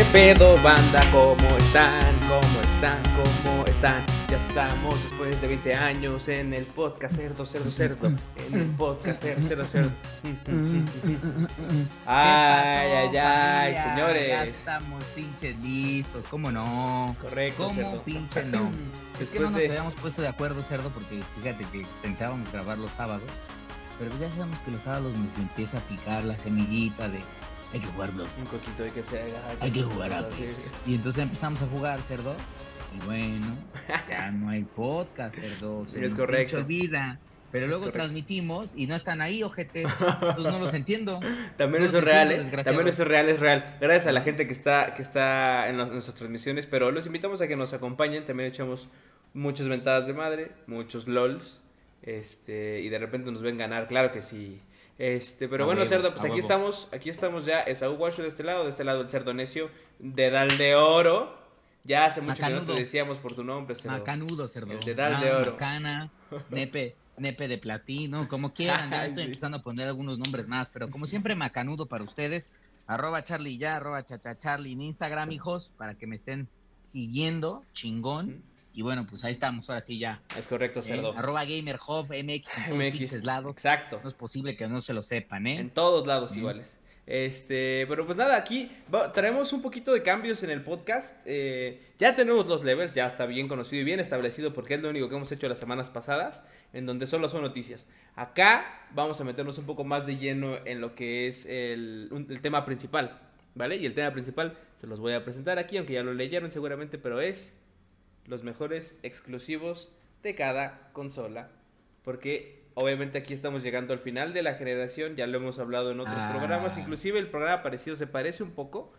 ¿Qué pedo, banda? ¿Cómo están? ¿Cómo están? ¿Cómo están? Ya estamos después de 20 años en el podcast Cerdo. En el podcast Cerdo. Ay, señores. Ya estamos pinches listos, ¿cómo no? Es correcto, ¿Cómo Cerdo. pinche no? Es que no nos Después habíamos puesto de acuerdo, Cerdo, porque fíjate que intentábamos grabar los sábados, pero ya sabemos que los sábados nos empieza a picar la semillita de hay que jugar Blood. un poquito de que se haga. Hay que jugar a PES. Y entonces empezamos a jugar, Cerdo. Y bueno, ya no hay podcast, Cerdo. Se Es nos correcto. olvida. Pero Es luego correcto. transmitimos y no están ahí, ojetes. Entonces no los entiendo. También No eso es los real, entiendo, desgraciados. También eso es real. Gracias a la gente que está en nuestras transmisiones, pero los invitamos a que nos acompañen. También echamos muchas ventadas de madre, muchos LOLs, y de repente nos ven ganar, claro que sí. Pero A bueno, huevo, Cerdo, pues a aquí huevo. estamos ya, Esaú Guacho de este lado el Cerdo Necio, Dedal de Oro. Ya hace mucho que no Macanudo. te decíamos por tu nombre, Cerdo. Macanudo, Cerdo. El dedal de oro. Macana, nepe de platino, como quieran. Ya Ay, estoy sí. empezando a poner algunos nombres más, pero como siempre, Macanudo para ustedes. @Charlie ya, @chachacharlie en Instagram, hijos, para que me estén siguiendo, chingón. Y bueno, pues ahí estamos, ahora sí ya. Es correcto, Cerdo. @GamerHub MX en todos MX, pinches lados. exacto. No es posible que no se lo sepan, En todos lados Sí. iguales. Pero pues nada, aquí traemos un poquito de cambios en el podcast. Ya tenemos los levels, ya está bien conocido y bien establecido porque es lo único que hemos hecho las semanas pasadas, en donde solo son noticias. Acá vamos a meternos un poco más de lleno en lo que es el tema principal, ¿vale? Y el tema principal se los voy a presentar aquí, aunque ya lo leyeron seguramente, pero es los mejores exclusivos de cada consola. Porque obviamente aquí estamos llegando al final de la generación, ya lo hemos hablado en otros programas, inclusive el programa parecido se parece un poco,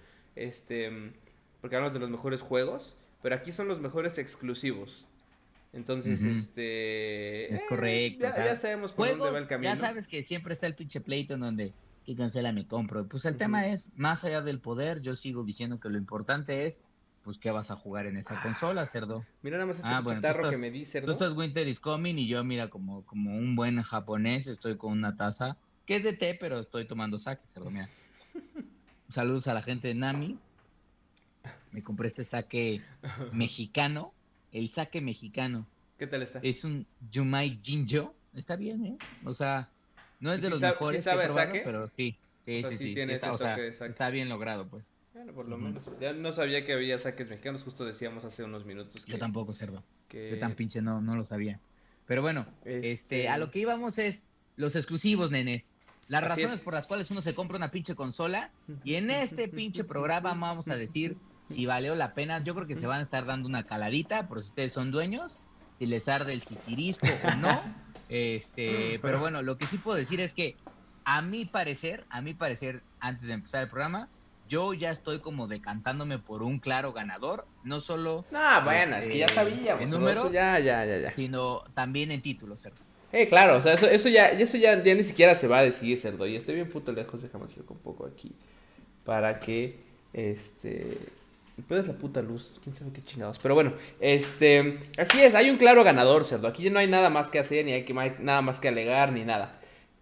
porque hablamos de los mejores juegos, pero aquí son los mejores exclusivos. Entonces, Es correcto. Ya, o sea, ya sabemos por dónde va el camino. Ya sabes que siempre está el pinche pleito en donde ¿qué cancela me compro? Pues el tema es, más allá del poder, yo sigo diciendo que lo importante es, pues, ¿qué vas a jugar en esa consola, Cerdo? Mira nada más este Bueno, tarro que me di, Tú Cerdo. estás Winter is Coming y yo, mira, como un buen japonés, estoy con una taza, que es de té, pero estoy tomando sake, Cerdo, mira. Saludos a la gente de Nami. Me compré este sake mexicano, el sake mexicano. ¿Qué tal está? Es un Yumai Jinjo. Está bien, ¿eh? O sea, no es ¿Y de sí los sabe- mejores sí sabe que he probado, sake? pero sí. O sea, sí tiene está, ese o sea, toque de sake. está bien logrado, pues. Bueno, por lo menos. Ya no sabía que había saques mexicanos, justo decíamos hace unos minutos. Yo tampoco, Cerdo. que- Yo tan pinche no lo sabía. Pero bueno, Este- a lo que íbamos es los exclusivos, nenes. Las Así razones es. por las cuales uno se compra una pinche consola. Y en este pinche programa vamos a decir si valió la pena. Yo creo que se van a estar dando una caladita por si ustedes son dueños, si les arde el siquirisco o no. Pero bueno, lo que sí puedo decir es que a mi parecer, antes de empezar el programa, yo ya estoy como decantándome por un claro ganador, no solo Bueno, es que ya sabíamos. en Cerdo, números, eso ya. sino también en títulos, Cerdo. Claro, o sea, eso ya ni siquiera se va a decidir, Cerdo. Y estoy bien puto lejos, déjame acercar un poco aquí. Para que, puedes la puta luz, quién sabe qué chingados. Pero bueno, así es, hay un claro ganador, Cerdo. Aquí no hay nada más que hacer, ni hay nada más que alegar, ni nada.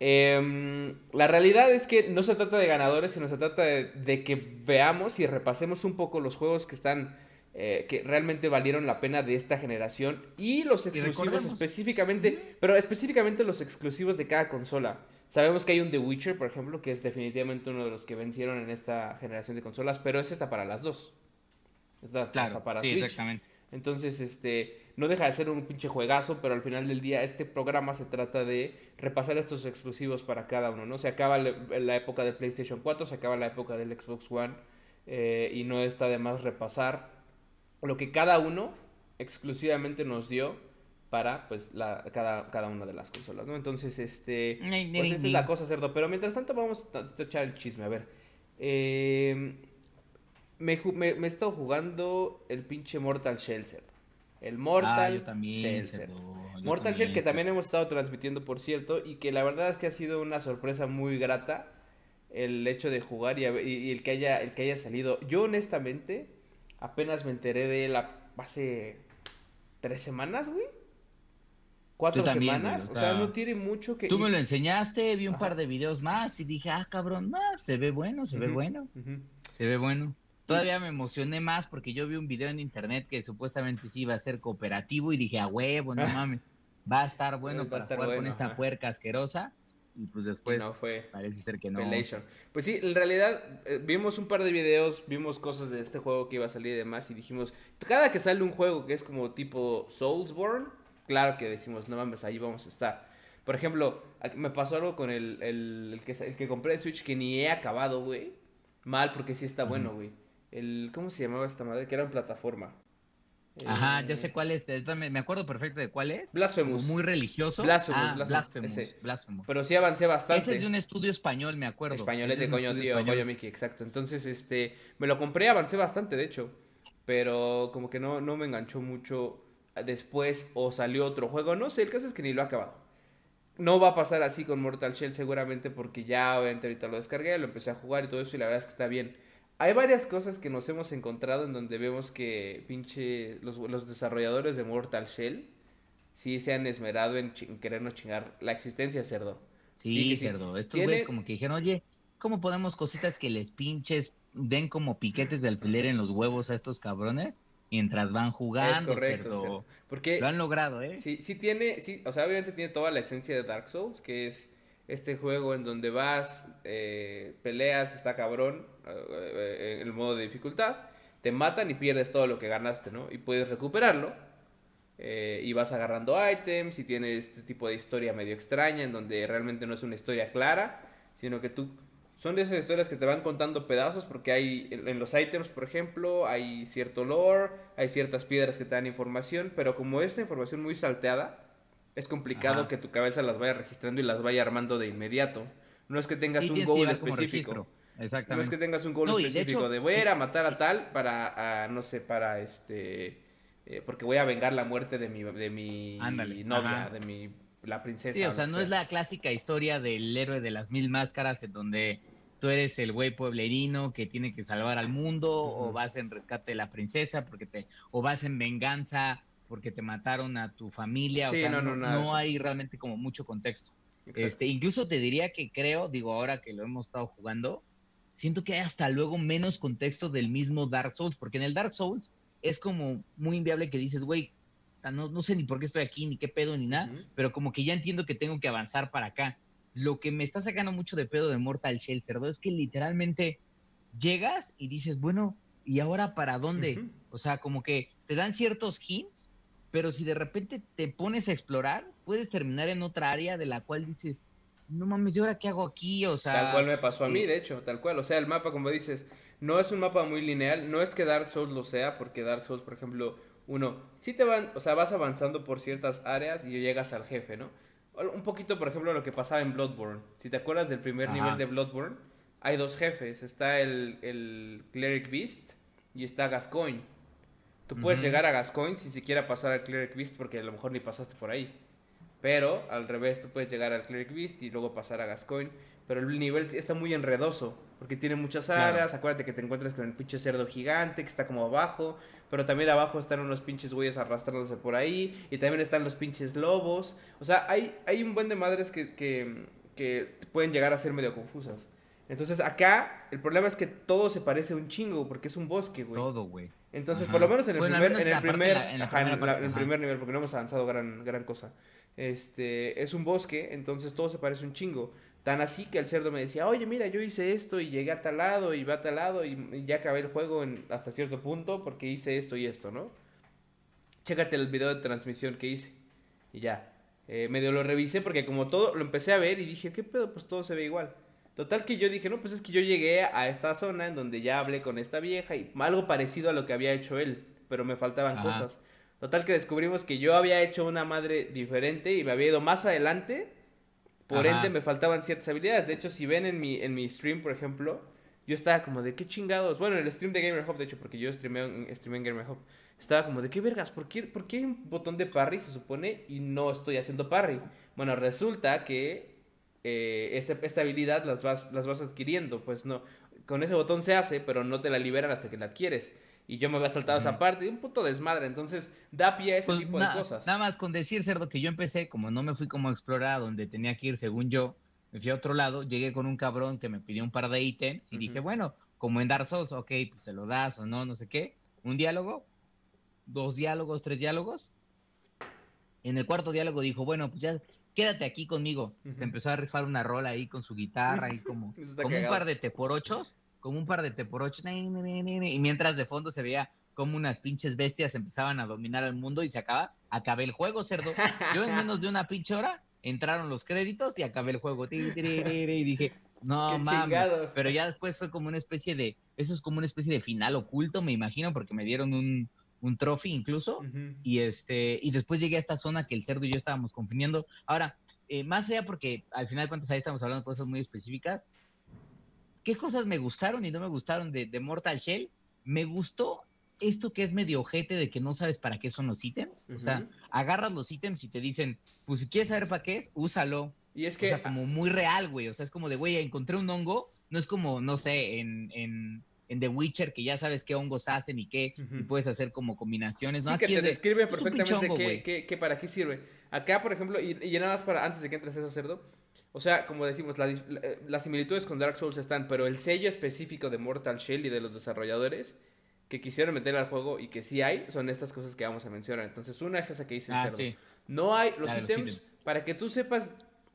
La realidad es que no se trata de ganadores, sino se trata de que veamos y repasemos un poco los juegos que están, que realmente valieron la pena de esta generación y los exclusivos recordemos. específicamente, pero específicamente los exclusivos de cada consola. Sabemos que hay un The Witcher, por ejemplo, que es definitivamente uno de los que vencieron en esta generación de consolas, pero ese está para las dos. Está para sí, Switch. exactamente. Entonces, no deja de ser un pinche juegazo, pero al final del día este programa se trata de repasar estos exclusivos para cada uno, ¿no? Se acaba la época del PlayStation 4, se acaba la época del Xbox One, y no está de más repasar lo que cada uno exclusivamente nos dio para, pues, cada una de las consolas, ¿no? Entonces, pues esa es la cosa, Cerdo. Pero mientras tanto vamos a echar el chisme, a ver. Me he estado jugando el pinche Mortal Shell, Cerdo. El Mortal yo también, Shell, Cerdo. Cerdo. Yo Mortal Shell, que Cerdo. también hemos estado transmitiendo, por cierto, y que la verdad es que ha sido una sorpresa muy grata el hecho de jugar y el que haya salido. Yo honestamente apenas me enteré de él hace 3 semanas, güey. 4 también, semanas. güey, O sea, no tiene mucho que... Tú me lo enseñaste, vi un Ajá. par de videos más y dije, cabrón, se ve bueno, se ve Ujú, bueno. ujú. Se ve bueno. todavía me emocioné más porque yo vi un video en internet que supuestamente sí iba a ser cooperativo y dije, a huevo, no mames, va a estar bueno Va a para estar jugar con bueno, esta ajá. puerca asquerosa. Y pues Y no después fue parece ser que no. Pelation. Pues sí, en realidad vimos un par de videos, vimos cosas de este juego que iba a salir y demás y dijimos, cada que sale un juego que es como tipo Soulsborne, claro que decimos, no mames, ahí vamos a estar. Por ejemplo, me pasó algo con el que compré de Switch que ni he acabado, güey. Mal, porque sí está Ujú. bueno, güey. ¿Cómo se llamaba esta madre? Que era en plataforma. Ajá, ya Eh, sé cuál es, me acuerdo perfecto de cuál es, como Blasphemous. muy religioso. Blasphemous, Ah, Blasphemous, ese. Blasphemous. Pero sí avancé Ese es de bastante. un estudio español, me acuerdo. Ese es Españolete, un coño, estudio tío, Goyo español. Miki, exacto. Entonces, me lo compré, avancé bastante, de hecho. Pero como que no me enganchó mucho después o salió otro juego. No sé, el caso es que ni lo he acabado. No va a pasar así con Mortal Shell seguramente porque ya obviamente ahorita lo descargué, lo empecé a jugar y todo eso y la verdad es que está bien. Hay varias cosas que nos hemos encontrado en donde vemos que pinche los desarrolladores de Mortal Shell sí se han esmerado en querernos chingar la existencia, cerdo. Sí que Sí, sí. cerdo. Estos güeyes Tiene, como que dijeron, oye, ¿cómo podemos cositas que les pinches den como piquetes de alfiler en los huevos a estos cabrones mientras van Es jugando, correcto, cerdo. cerdo? Lo Porque han logrado, ¿eh? sí, sí tiene, sí, o sea, obviamente tiene toda la esencia de Dark Souls, que es este juego en donde vas, peleas, está cabrón, en el modo de dificultad, te matan y pierdes todo lo que ganaste, ¿no? Y puedes recuperarlo, y vas agarrando ítems y tiene este tipo de historia medio extraña en donde realmente no es una historia clara, sino que tú son de esas historias que te van contando pedazos porque hay en los ítems, por ejemplo, hay cierto lore, hay ciertas piedras que te dan información, pero como esta información muy salteada, es complicado Ajá. que tu cabeza las vaya registrando y las vaya armando de inmediato. No es que tengas Sí, un tienes que goal llevar como específico. registro. No es que Exactamente. tengas un goal No, y de específico hecho, de voy a ir a matar a tal para, no sé, para porque voy a vengar la muerte de mi ándale, novia, ajá. la Sí, princesa o o lo sea, que no es sea. la clásica historia del héroe de las mil máscaras en donde tú eres el güey pueblerino que tiene que salvar al mundo o Ujú. vas en rescate de la princesa o vas en venganza porque te mataron a tu familia, o Sí, sea, no, no, no, nada de no eso. hay realmente como mucho contexto. Exacto. Incluso te diría que creo, digo, ahora que lo hemos estado jugando, siento que hay hasta luego menos contexto del mismo Dark Souls, porque en el Dark Souls es como muy inviable que dices, güey, no sé ni por qué estoy aquí, ni qué pedo, ni nada, Ujú. pero como que ya entiendo que tengo que avanzar para acá. Lo que me está sacando mucho de pedo de Mortal Shell, cerdo, es que literalmente llegas y dices, bueno, ¿y ahora para dónde? Ujú. O sea, como que te dan ciertos hints, pero si de repente te pones a explorar, puedes terminar en otra área de la cual dices, no mames, ¿y ahora qué hago aquí? O Tal cual sea, me pasó a mí, de eh, hecho, tal cual. O sea, el mapa, como dices, no es un mapa muy lineal. No es que Dark Souls lo sea, porque Dark Souls, por ejemplo, sí te van, o sea, vas avanzando por ciertas áreas y llegas al jefe, ¿no? Un poquito, por ejemplo, lo que pasaba en Bloodborne. Si te acuerdas del primer nivel de ajá, Bloodborne, hay dos jefes. Está el Cleric Beast y está Gascoigne. Tú puedes ujú, llegar a Gascoigne sin siquiera pasar al Cleric Beast porque a lo mejor ni pasaste por ahí. Pero al revés, tú puedes llegar al Cleric Beast y luego pasar a Gascoigne. Pero el nivel está muy enredoso, porque tiene muchas claro. áreas. Acuérdate que te encuentras con el pinche cerdo gigante que está como abajo. Pero también abajo están unos pinches güeyes arrastrándose por ahí. Y también están los pinches lobos. O sea, hay un buen de madres que pueden llegar a ser medio confusas. Entonces acá el problema es que todo se parece un chingo, porque es un bosque, güey. Todo, güey. Entonces, por lo Ajá. menos Bueno, al menos en en el la parte, primer, en la ajá, primera en parte, el ajá. primer nivel, porque no hemos avanzado gran cosa. Es un bosque, entonces todo se parece un chingo. Tan así que el cerdo me decía, oye, mira, yo hice esto y llegué a tal lado y va a tal lado y ya acabé el juego hasta cierto punto porque hice esto y esto, ¿no? Chécate el video de transmisión que hice y ya. Medio lo revisé porque como todo lo empecé a ver y dije, ¿qué pedo? Pues todo se ve igual. Total que yo dije, no, pues es que yo llegué a esta zona en donde ya hablé con esta vieja y algo parecido a lo que había hecho él, pero me faltaban Ajá, cosas. Total que descubrimos que yo había hecho una madre diferente y me había ido más adelante, por ende ajá. me faltaban ciertas habilidades. De hecho, si ven en mi stream, por ejemplo, yo estaba como de qué chingados. Bueno, en el stream de Gamer Hub, de hecho, porque yo streamé en Gamer Hub. Estaba como de qué vergas, por qué hay un botón de parry, se supone, y no estoy haciendo parry? Bueno, resulta que esta habilidad las vas adquiriendo, pues no. Con ese botón se hace, pero no te la liberan hasta que la adquieres. Y yo me había saltado esa Ujú. parte, y un puto desmadre. Entonces, da pie a ese Pues tipo de cosas. nada más con decir, cerdo, que yo empecé, como no me fui como a explorar a donde tenía que ir, según yo, me fui a otro lado, llegué con un cabrón que me pidió un par de ítems y dije, Ujú. bueno, como en Dark Souls, ok, pues se lo das o no, no sé qué. Un diálogo, 2 diálogos, 3 diálogos. En el cuarto diálogo dijo, bueno, pues ya quédate aquí conmigo. Se empezó a rifar una rola ahí con su guitarra y como, Eso está como un cagado. par de teporochos, como un par de teporochos, y mientras de fondo se veía como unas pinches bestias empezaban a dominar el mundo y acabé el juego, cerdo. Yo en menos de una pinche hora entraron los créditos y acabé el juego. Y dije, no Qué mames. chingados. Pero ya después fue como una especie de, eso es como una especie de final oculto, me imagino, porque me dieron un trophy incluso. Ujú. Y después llegué a esta zona que el cerdo y yo estábamos confundiendo. Ahora, más allá porque al final de cuentas ahí estamos hablando de cosas muy específicas, ¿qué cosas me gustaron y no me gustaron de Mortal Shell? Me gustó esto que es medio ojete de que no sabes para qué son los ítems. O sea, agarras los ítems y te dicen, pues si quieres saber para qué es, úsalo. Y es O que sea, como muy real, güey. O sea, es como de, güey, encontré un hongo. No es como, no sé, en The Witcher, que ya sabes qué hongos hacen y qué, y puedes hacer como combinaciones, ¿no? sí, que Aquí te es de, describe es un pinche perfectamente hongo, güey. para qué sirve. Acá, por ejemplo, y nada más para antes de que entres a eso, cerdo. O sea, como decimos, las similitudes con Dark Souls están, pero el sello específico de Mortal Shell y de los desarrolladores que quisieron meter al juego y que sí hay, son estas cosas que vamos a mencionar. Entonces, una es esa que dice el Ah, cerdo. sí, No hay los la de los ítems, ítems. para que tú sepas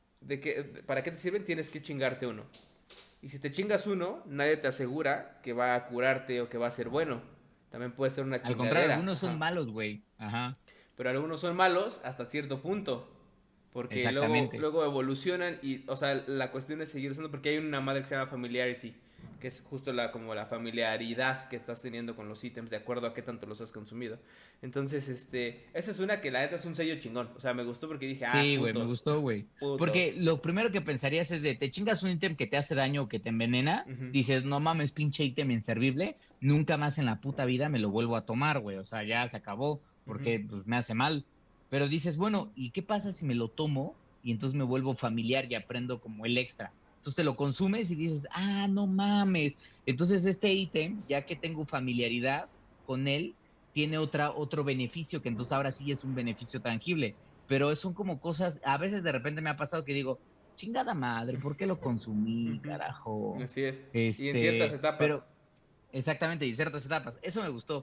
para qué te sirven, tienes que chingarte uno. Y si te chingas uno, nadie te asegura que va a curarte o que va a ser bueno. También puede ser una Al contrario, chingadera. algunos son Ajá. malos, güey. Ajá, Pero algunos son malos hasta cierto punto. Porque exactamente. luego evolucionan y, o sea, la cuestión es seguir usando porque hay una madre que se llama familiarity, que es justo como la familiaridad que estás teniendo con los ítems de acuerdo a qué tanto los has consumido. Entonces, esa es una que la neta es un sello chingón. O sea, me gustó porque dije, Sí, güey, me putos, gustó, güey. putos. Porque lo primero que pensarías es de, te chingas un ítem que te hace daño o que te envenena, Ujú, dices, no mames, pinche ítem inservible, nunca más en la puta vida me lo vuelvo a tomar, güey. O sea, ya se acabó, ujú. porque pues, me hace mal. Pero dices, bueno, ¿y qué pasa si me lo tomo y entonces me vuelvo familiar y aprendo como el extra? Entonces te lo consumes y dices, ah, no mames. Entonces este ítem, ya que tengo familiaridad con él, tiene otro beneficio que entonces ahora sí es un beneficio tangible, pero son como cosas, a veces de repente me ha pasado que digo, chingada madre, ¿por qué lo consumí, Ujú. carajo? Así es. Y en ciertas etapas. Pero exactamente, y ciertas etapas, eso me gustó.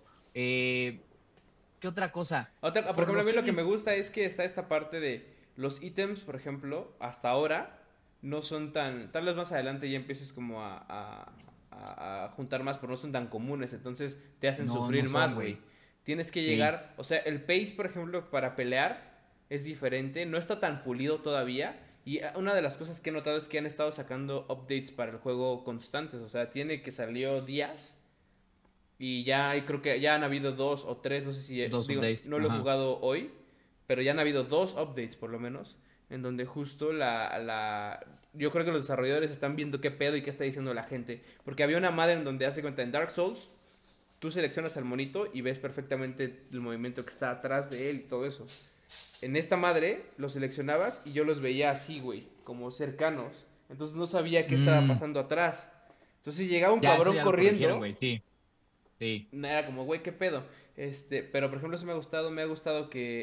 ¿Qué otra cosa? Por Por ejemplo, a lo mí que he lo que me visto, gusta es que está esta parte de los ítems, por ejemplo, hasta ahora no son tan, tal vez más adelante ya empieces como a juntar más, pero no son tan comunes, entonces te hacen no sufrir son, más, güey. güey. Tienes que Sí. llegar, o sea, el pace, por ejemplo, para pelear es diferente, no está tan pulido todavía. Y una de las cosas que he notado es que han estado sacando updates para el juego constantes, o sea, tiene que salió días y creo que ya han habido dos o tres, no sé si, Dos digo, updates, no lo he ajá. jugado hoy, pero ya han habido dos updates por lo menos, en donde justo yo creo que los desarrolladores están viendo qué pedo y qué está diciendo la gente. Porque había una madre en donde hace cuenta, en Dark Souls, tú seleccionas al monito y ves perfectamente el movimiento que está atrás de él y todo eso. En esta madre los seleccionabas y yo los veía así, güey, como cercanos. Entonces no sabía qué estaba Mm, pasando atrás. Entonces si llegaba un ya, eso cabrón ya lo corrigieron, corriendo, güey, sí, sí. era como, güey, ¿qué pedo? Pero por ejemplo, sí me ha gustado que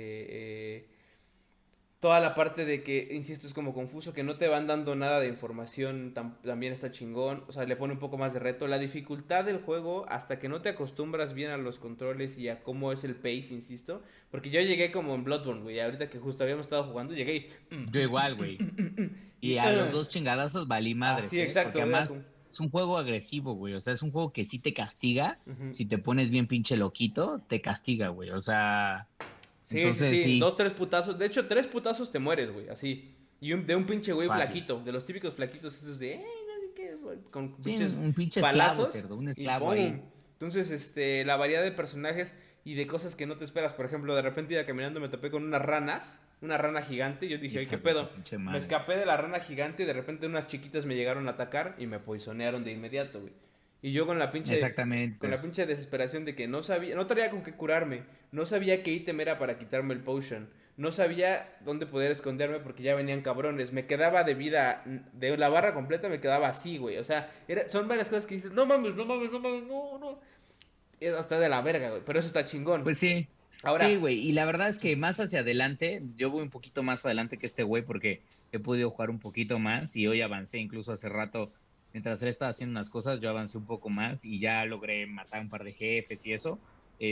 toda la parte de que, insisto, es como confuso, que no te van dando nada de información, también está chingón, o sea, le pone un poco más de reto. La dificultad del juego, hasta que no te acostumbras bien a los controles y a cómo es el pace, insisto, porque yo llegué como en Bloodborne, güey, ahorita que justo habíamos estado jugando, llegué Yo igual, güey. Y y a los dos chingadazos valí madres, así, ¿eh? Porque exacto, era como... además es un juego agresivo, güey. O sea, es un juego que sí te castiga. Ujú. Si te pones bien pinche loquito, te castiga, güey. O sea, Sí, sí, entonces sí, sí, dos, tres putazos, de hecho, tres putazos te mueres, güey, así. Y de un pinche güey fácil. flaquito, de los típicos flaquitos esos de, no sé qué, güey", con Sí, pinches un pinche esclavo, palazos cerdo, un y esclavo ¡pum! ahí. Entonces, la variedad de personajes y de cosas que no te esperas, por ejemplo, de repente iba caminando me topé con unas ranas, una rana gigante, y yo dije, ay, ¿qué Hijas de su pedo? pinche Me madre. escapé de la rana gigante y de repente unas chiquitas me llegaron a atacar y me poisonearon de inmediato, güey. Y yo Exactamente, con la cerdo. pinche desesperación de que no sabía, no traía con qué curarme, no sabía qué ítem era para quitarme el potion, no sabía dónde poder esconderme porque ya venían cabrones, me quedaba de vida, de la barra completa me quedaba así, güey, o sea, son varias cosas que dices, no mames, no mames, no mames, no, no, es hasta de la verga, güey, pero eso está chingón. Pues sí, sí, Ahora, güey. Y la verdad es que más hacia adelante, yo voy un poquito más adelante que este güey porque he podido jugar un poquito más y hoy avancé incluso hace rato. mientras él estaba haciendo unas cosas, yo avancé un poco más y ya logré matar un par de jefes y eso.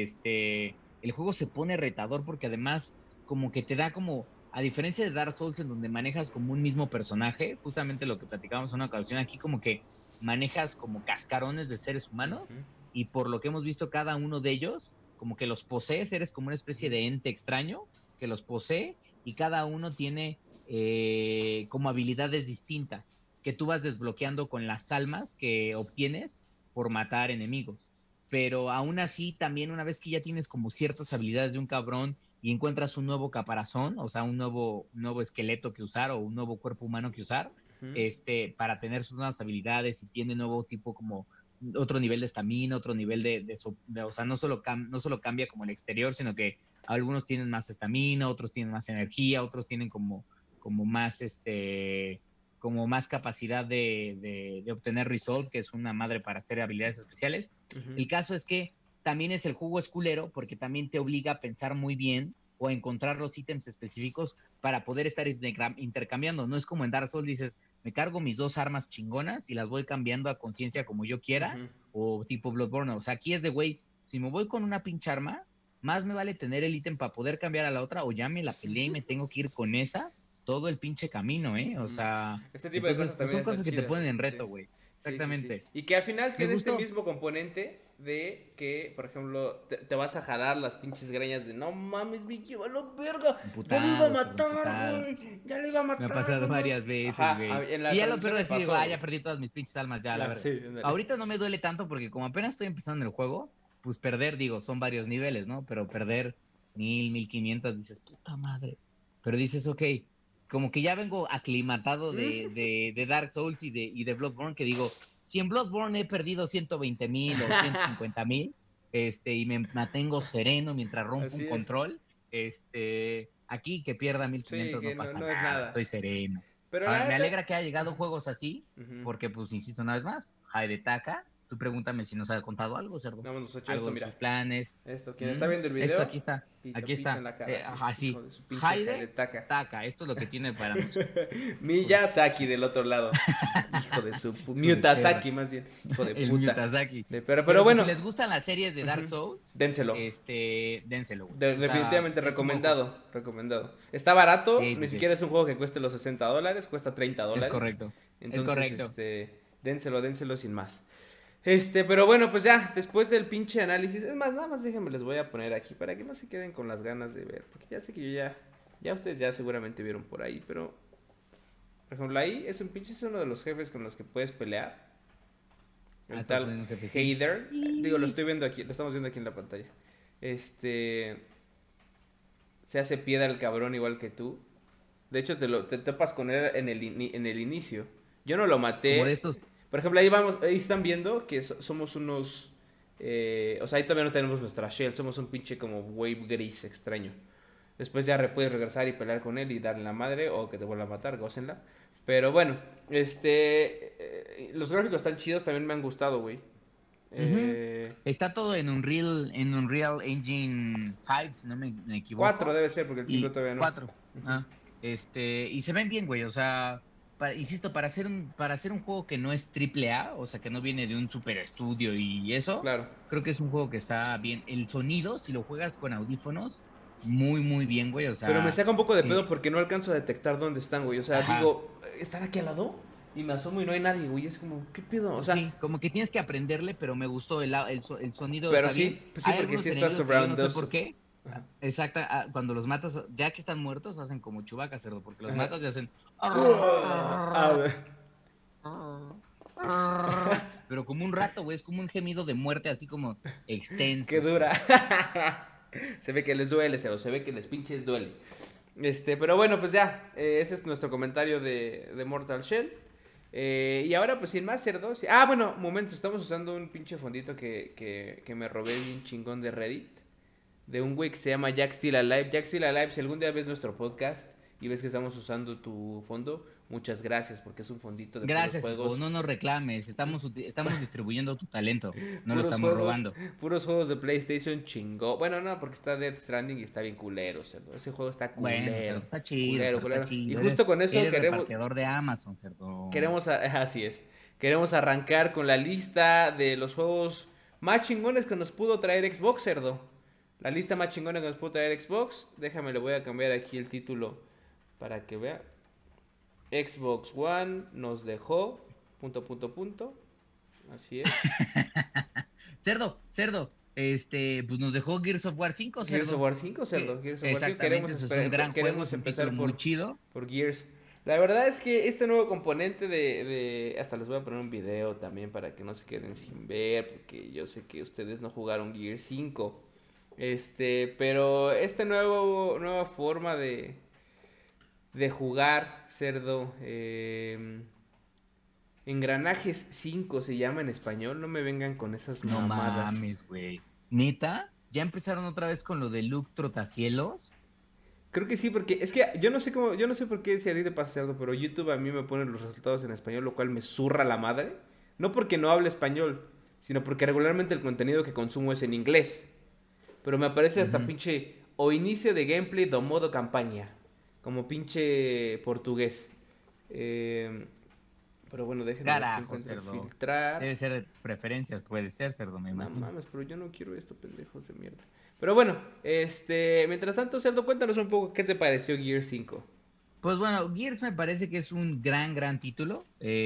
El juego se pone retador porque además como que te da como, a diferencia de Dark Souls en donde manejas como un mismo personaje, justamente lo que platicábamos en una ocasión, aquí como que manejas como cascarones de seres humanos Ujú. y por lo que hemos visto cada uno de ellos, como que los posees, eres como una especie de ente extraño que los posee y cada uno tiene como habilidades distintas que tú vas desbloqueando con las almas que obtienes por matar enemigos. Pero aún así, también una vez que ya tienes como ciertas habilidades de un cabrón y encuentras un nuevo caparazón, o sea, un nuevo esqueleto que usar o un nuevo cuerpo humano que usar, Ujú. para tener sus nuevas habilidades y tiene nuevo tipo como otro nivel de estamina, otro nivel o sea, no solo cambia como el exterior, sino que algunos tienen más estamina, otros tienen más energía, otros tienen como más como más capacidad de obtener Resolve, que es una madre para hacer habilidades especiales. Ujú. El caso es que también es el juego esculero porque también te obliga a pensar muy bien o a encontrar los ítems específicos para poder estar intercambiando. No es como en Dark Souls, dices, me cargo mis 2 armas chingonas y las voy cambiando a conciencia como yo quiera, Ujú. o tipo Bloodborne. O sea, aquí es de, güey, si me voy con una pinche arma, más me vale tener el ítem para poder cambiar a la otra, o ya me la peleé y me tengo que ir con esa todo el pinche camino, ¿eh? O Ujú. sea, Este tipo de entonces, cosas pues también son están cosas que te chidas, ponen güey. en Sí. reto, güey. Sí, sí, sí. Exactamente. Y que al final Me tiene este gustó. mismo componente de que, por ejemplo, te vas a jalar las pinches greñas de no mames, mi llévalo, verga. Ya lo iba a Emputado, cerdo, matar, emputado. güey. Ya lo iba a Me ha matar, pasado no mames. varias veces, Ajá, güey. en Y la ya lo peor transmisión de me decir, digo, pasó, ah, ya güey. perdí todas mis pinches almas, ya, la Ah, verga. sí, ándale. Ahorita no me duele tanto porque como apenas estoy empezando el juego, pues perder, digo, son varios niveles, ¿no? Pero perder 1,000, 1,500, dices, puta madre. Pero dices, ok, como que ya vengo aclimatado de Dark Souls y de Bloodborne, que digo, si en Bloodborne he perdido 120,000 o 150,000, y me mantengo sereno mientras rompo un Así es. control, aquí que pierda mil Sí, quinientos no que pasa no es nada, estoy nada. sereno. Pero Ah, la me neta. alegra que haya llegado Ajá. juegos así, Ujú. porque pues insisto una vez más, Taka, tú pregúntame si nos ha contado algo, cerdo, Nada más nos echó algo esto, de mira. sus planes. Esto, quien está Mm, viendo el Esto video, pito, aquí pito en está, la cara, sí. ajá, Hijo sí, de su pinche Haide taca. Taka, esto es lo que tiene para nosotros. Hijo de, Miyazaki del otro lado. Hijo de su hijo de perra, Mutasaki, más bien. Hijo de el puta. Miyazaki. Pero Pero pues si bueno. les gustan las series de Dark Ujú. Souls, Dénselo. dénselo, güey. O sea, Definitivamente es un buen juego. recomendado. Recomendado. Está barato. Sí, Ni sí, sí, siquiera es un juego que cueste los $60. Cuesta es $30. correcto, es Entonces, correcto. dénselo sin más. Pero bueno, pues ya, después del pinche análisis, es más, nada más déjenme les voy a poner aquí para que no se queden con las ganas de ver, porque ya sé que ya ustedes ya seguramente vieron por ahí, pero, por ejemplo, ahí es uno de los jefes con los que puedes pelear, Ah, el estás tal poniendo un jefe, sí. Heider, digo, lo estoy viendo aquí, lo estamos viendo aquí en la pantalla, este, se hace piedra el cabrón igual que tú, de hecho te topas con él en el inicio, yo no lo Como de maté. estos. Por ejemplo, ahí están viendo que somos unos... o sea, ahí todavía no tenemos nuestra shell, somos un pinche como wave gris extraño. Después ya puedes regresar y pelear con él y darle la madre o que te vuelva a matar, gócenla. Pero bueno, los gráficos están chidos, también me han gustado, güey. Ujú. Eh, Está todo en Unreal Engine 5, si no me 4 equivoco. debe ser, porque el 5 Y todavía no. 4. Ah, y se ven bien, güey. O sea, insisto, para hacer un juego que no es triple A, o sea, que no viene de un super estudio y eso, Claro. creo que es un juego que está bien. El sonido, si lo juegas con audífonos, muy, muy bien, güey. O Pero me sea, saca un poco de pedo eh, porque no alcanzo a detectar dónde están, güey. O sea, ajá. digo, ¿están aquí al lado? Y me asomo y no hay nadie, güey. Es como, ¿qué pedo? O sea, Sí, como que tienes que aprenderle, pero me gustó, el sonido pero está bien. sí, pues sí, Hay porque sí algunos está enemigos que yo no sé surround. por qué. Ajá. Exacto, cuando los matas, ya que están muertos, hacen como Chewbacca, cerdo, porque los Ajá. matas y hacen... A ver. Pero como un rato, güey, es como un gemido de muerte, así como Qué extenso, dura. cerdo. Se ve que les duele, se ve que les pinches duele. Pero bueno, pues ya, ese es nuestro comentario de Mortal Shell. Y ahora, pues sin más, cerdo. Ah, bueno, momento, estamos usando un pinche fondito que me robé bien chingón de Reddit. De un güey que se llama Jack Still Alive. Jack Still Alive, si algún día ves nuestro podcast y ves que estamos usando tu fondo, muchas gracias porque es un fondito de puros Gracias, hijo, juegos. no nos reclames, estamos distribuyendo tu talento, no lo Puros estamos juegos, robando. puros juegos de PlayStation chingó. Bueno, no, porque está Death Stranding y está bien culero, cerdo. Ese juego está Bueno, culero. cerdo, está chido, Culero, cerdo, está culero. Y chido. justo con eso Eres repartidor de Amazon, cerdo. así es. queremos arrancar con la lista de los juegos más chingones que nos pudo traer Xbox, cerdo. La lista más chingona que nos pudo traer Xbox. Déjame, le voy a cambiar aquí el título para que vea. Xbox One nos dejó... ... Así es. Cerdo. Pues nos dejó Gears of War 5, cerdo. Gears of War 5, cerdo. Gears of War 5. Queremos empezar muy chido. por Gears. La verdad es que este nuevo componente hasta les voy a poner un video también para que no se queden sin ver, porque yo sé que ustedes no jugaron Gears 5. Pero nueva forma de jugar, cerdo, Engranajes 5 se llama en español, no me vengan con esas mamadas. No mames, güey. ¿Neta? ¿Ya empezaron otra vez con lo de Luke Trotacielos? Creo que sí, porque es que yo no sé por qué si a ti te pasa algo, pero YouTube a mí me pone los resultados en español, lo cual me zurra la madre. No porque no hable español, sino porque regularmente el contenido que consumo es en inglés. Pero me aparece hasta pinche o inicio de gameplay do modo campaña, como pinche portugués. Pero bueno, déjenme filtrar. Debe ser de tus preferencias, puede ser, cerdo, me imagino. No mames, pero yo no quiero esto, pendejos de mierda. Pero bueno, mientras tanto, Cerdo, cuéntanos un poco qué te pareció Gears 5. Pues bueno, Gears me parece que es un gran título.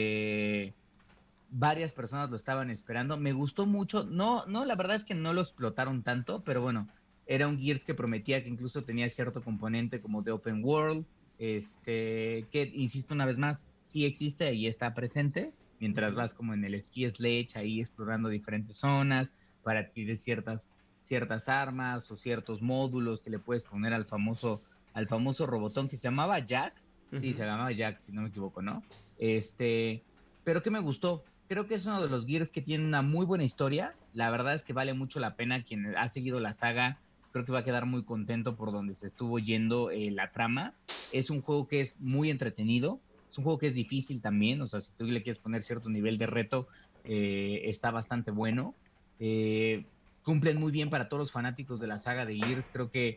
Varias personas lo estaban esperando. Me gustó mucho. No, la verdad es que no lo explotaron tanto, pero bueno, era un Gears que prometía que incluso tenía cierto componente como de open world. Que insisto una vez más, sí existe y está presente, mientras vas como en el ski sledge ahí explorando diferentes zonas para adquirir ciertas armas o ciertos módulos que le puedes poner al famoso robotón que se llamaba Jack. Sí, se llamaba Jack, si no me equivoco, ¿no? Pero que me gustó. Creo que es uno de los Gears que tiene una muy buena historia. La verdad es que vale mucho la pena. Quien ha seguido la saga creo que va a quedar muy contento por donde se estuvo yendo la trama. Es un juego que es muy entretenido, es un juego que es difícil también, o sea, si tú le quieres poner cierto nivel de reto, está bastante bueno. Cumplen muy bien para todos los fanáticos de la saga de Gears, creo que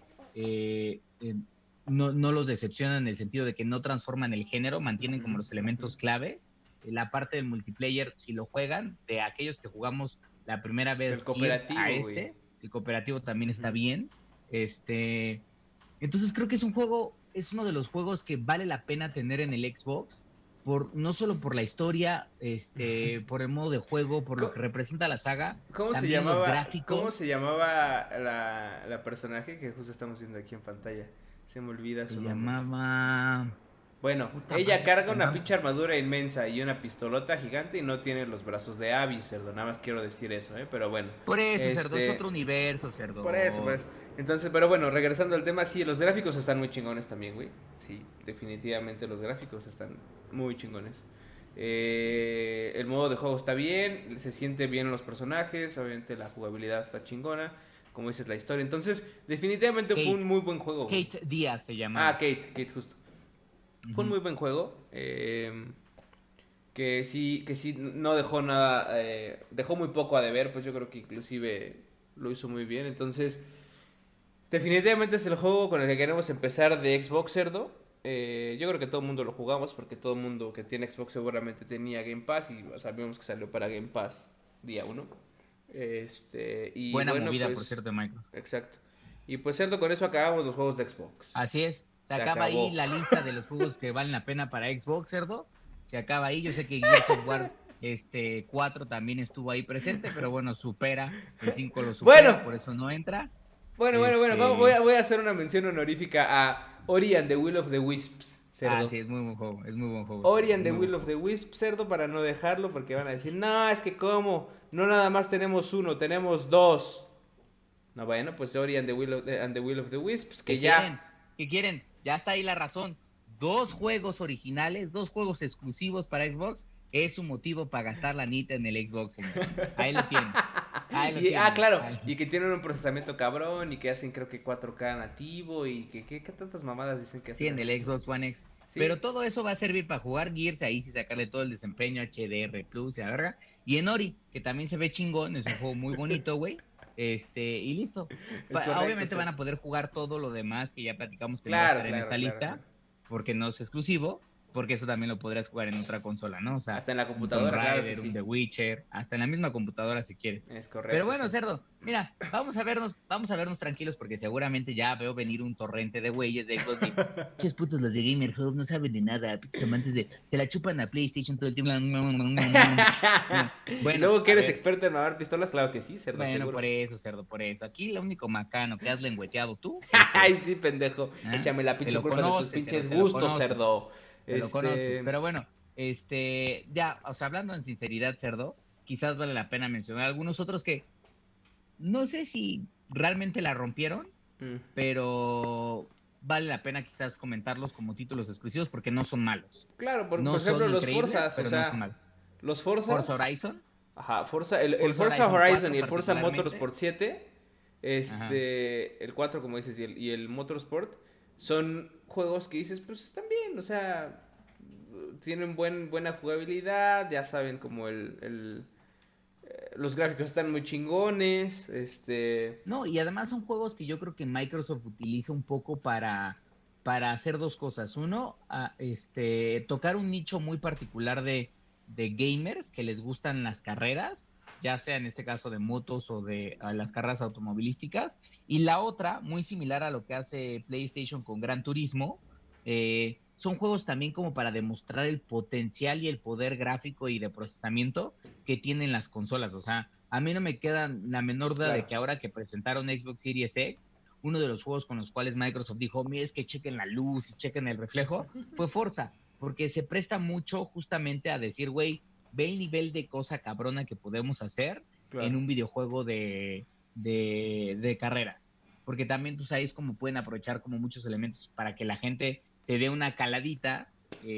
no los decepcionan en el sentido de que no transforman el género, mantienen como los elementos clave. La parte del multiplayer, si lo juegan, de aquellos que jugamos la primera vez el cooperativo, el cooperativo también está bien. Entonces creo que es uno de los juegos que vale la pena tener en el Xbox, no solo por la historia, por el modo de juego, por lo que representa la saga, también los gráficos. ¿Cómo se llamaba la personaje que justo estamos viendo aquí en pantalla? Se me olvida su nombre. Se llamaba... Bueno, ella carga una pinche armadura inmensa y una pistolota gigante y no tiene los brazos de Abby, cerdo. Nada más quiero decir eso, pero bueno. Por eso, cerdo, es otro universo, cerdo. Por eso. Entonces, pero bueno, regresando al tema, sí, los gráficos están muy chingones también, güey. Sí, definitivamente los gráficos están muy chingones. El modo de juego está bien, se siente bien los personajes, obviamente la jugabilidad está chingona, como dices, la historia. Entonces, definitivamente fue un muy buen juego. Kate Díaz se llama. Kate, justo. Fue un muy buen juego. Que sí no dejó nada. Dejó muy poco a deber. Pues yo creo que inclusive lo hizo muy bien. Entonces, definitivamente es el juego con el que queremos empezar de Xbox, cerdo. Yo creo que todo el mundo lo jugamos. Porque todo el mundo que tiene Xbox seguramente tenía Game Pass. Y sabíamos que salió para Game Pass día 1. Buena movida, pues, por cierto, de Microsoft. Exacto. Y pues, cerdo, con eso acabamos los juegos de Xbox. Así es. Se acaba ahí la lista de los juegos que valen la pena para Xbox, cerdo. Se acaba ahí. Yo sé que Gears of War 4 también estuvo ahí presente, pero bueno, supera. El 5 lo supera, por eso no entra. Bueno. Voy a hacer una mención honorífica a Ori and the Will of the Wisps, cerdo. Sí, es muy buen juego. Ori and the Will of the Wisps, cerdo, para no dejarlo, porque van a decir, no, es que ¿cómo? No nada más tenemos uno, tenemos dos. No, bueno, pues Ori and the Will of the Wisps, que ya... ¿Qué quieren? Ya está ahí la razón. 2 juegos originales, 2 juegos exclusivos para Xbox, es un motivo para gastar la nita en el Xbox, señor. Ahí lo tienen. Claro, y que tienen un procesamiento cabrón y que hacen creo que 4K nativo y que tantas mamadas dicen que hacen. Sí, en el Xbox One X. ¿Sí? Pero todo eso va a servir para jugar Gears, ahí sí sacarle todo el desempeño, HDR Plus, la verga. Y en Ori, que también se ve chingón, es un juego muy bonito, güey. Y listo. Obviamente van a poder jugar todo lo demás que ya platicamos que va a estar en esta lista, porque no es exclusivo. porque eso también lo podrías jugar en otra consola, ¿no? O sea, Hasta en la un Tomb computadora, claro que Raider, un sí. The Witcher, hasta en la misma computadora si quieres. Es Pero correcto, bueno, sí. Cerdo, mira, vamos a vernos tranquilos porque seguramente ya veo venir un torrente de güeyes de Xbox de pinches putos los de Gamer Hub, no saben de nada, pinches amantes se la chupan a PlayStation todo el tiempo. Y Bueno, luego que a eres ver, experto en mamar pistolas, claro que sí, cerdo, bueno, seguro. por eso, Cerdo, por eso. Aquí lo único macano que has lengüeteado tú es Ay, ese. sí, pendejo. ¿Ah? Échame la Te pinche lo culpa de tus conoces, Cerdo, pinches te lo gustos, conoces. cerdo. Te lo conoces. Pero bueno, ya, o sea, hablando en sinceridad, Cerdo, quizás vale la pena mencionar algunos otros que no sé si realmente la rompieron, Mm. pero vale la pena quizás comentarlos como títulos exclusivos porque no son malos. Claro, por No ejemplo, son los increíbles, Forzas, o pero no son sea, malos. los Forza Forzas. Horizon, Ajá, el Forza Forza Horizon Horizon 4 y el Forza particularmente. Motorsport 7, Ajá. el 4 como dices y el Motorsport, son juegos que dices, pues están bien, o sea, tienen buena jugabilidad, ya saben como los gráficos están muy chingones, No, y además son juegos que yo creo que Microsoft utiliza un poco para hacer dos cosas. Uno, tocar un nicho muy particular de gamers que les gustan las carreras, ya sea en este caso de motos o de las carreras automovilísticas. Y la otra, muy similar a lo que hace PlayStation con Gran Turismo, son juegos también como para demostrar el potencial y el poder gráfico y de procesamiento que tienen las consolas. O sea, a mí no me queda la menor duda de claro, que ahora que presentaron Xbox Series X, uno de los juegos con los cuales Microsoft dijo, mira, es que chequen la luz y chequen el reflejo, fue Forza, porque se presta mucho justamente a decir, güey, ve el nivel de cosa cabrona que podemos hacer en claro. un videojuego de carreras. Porque también, pues ahí es como pueden aprovechar como muchos elementos para que la gente se dé una caladita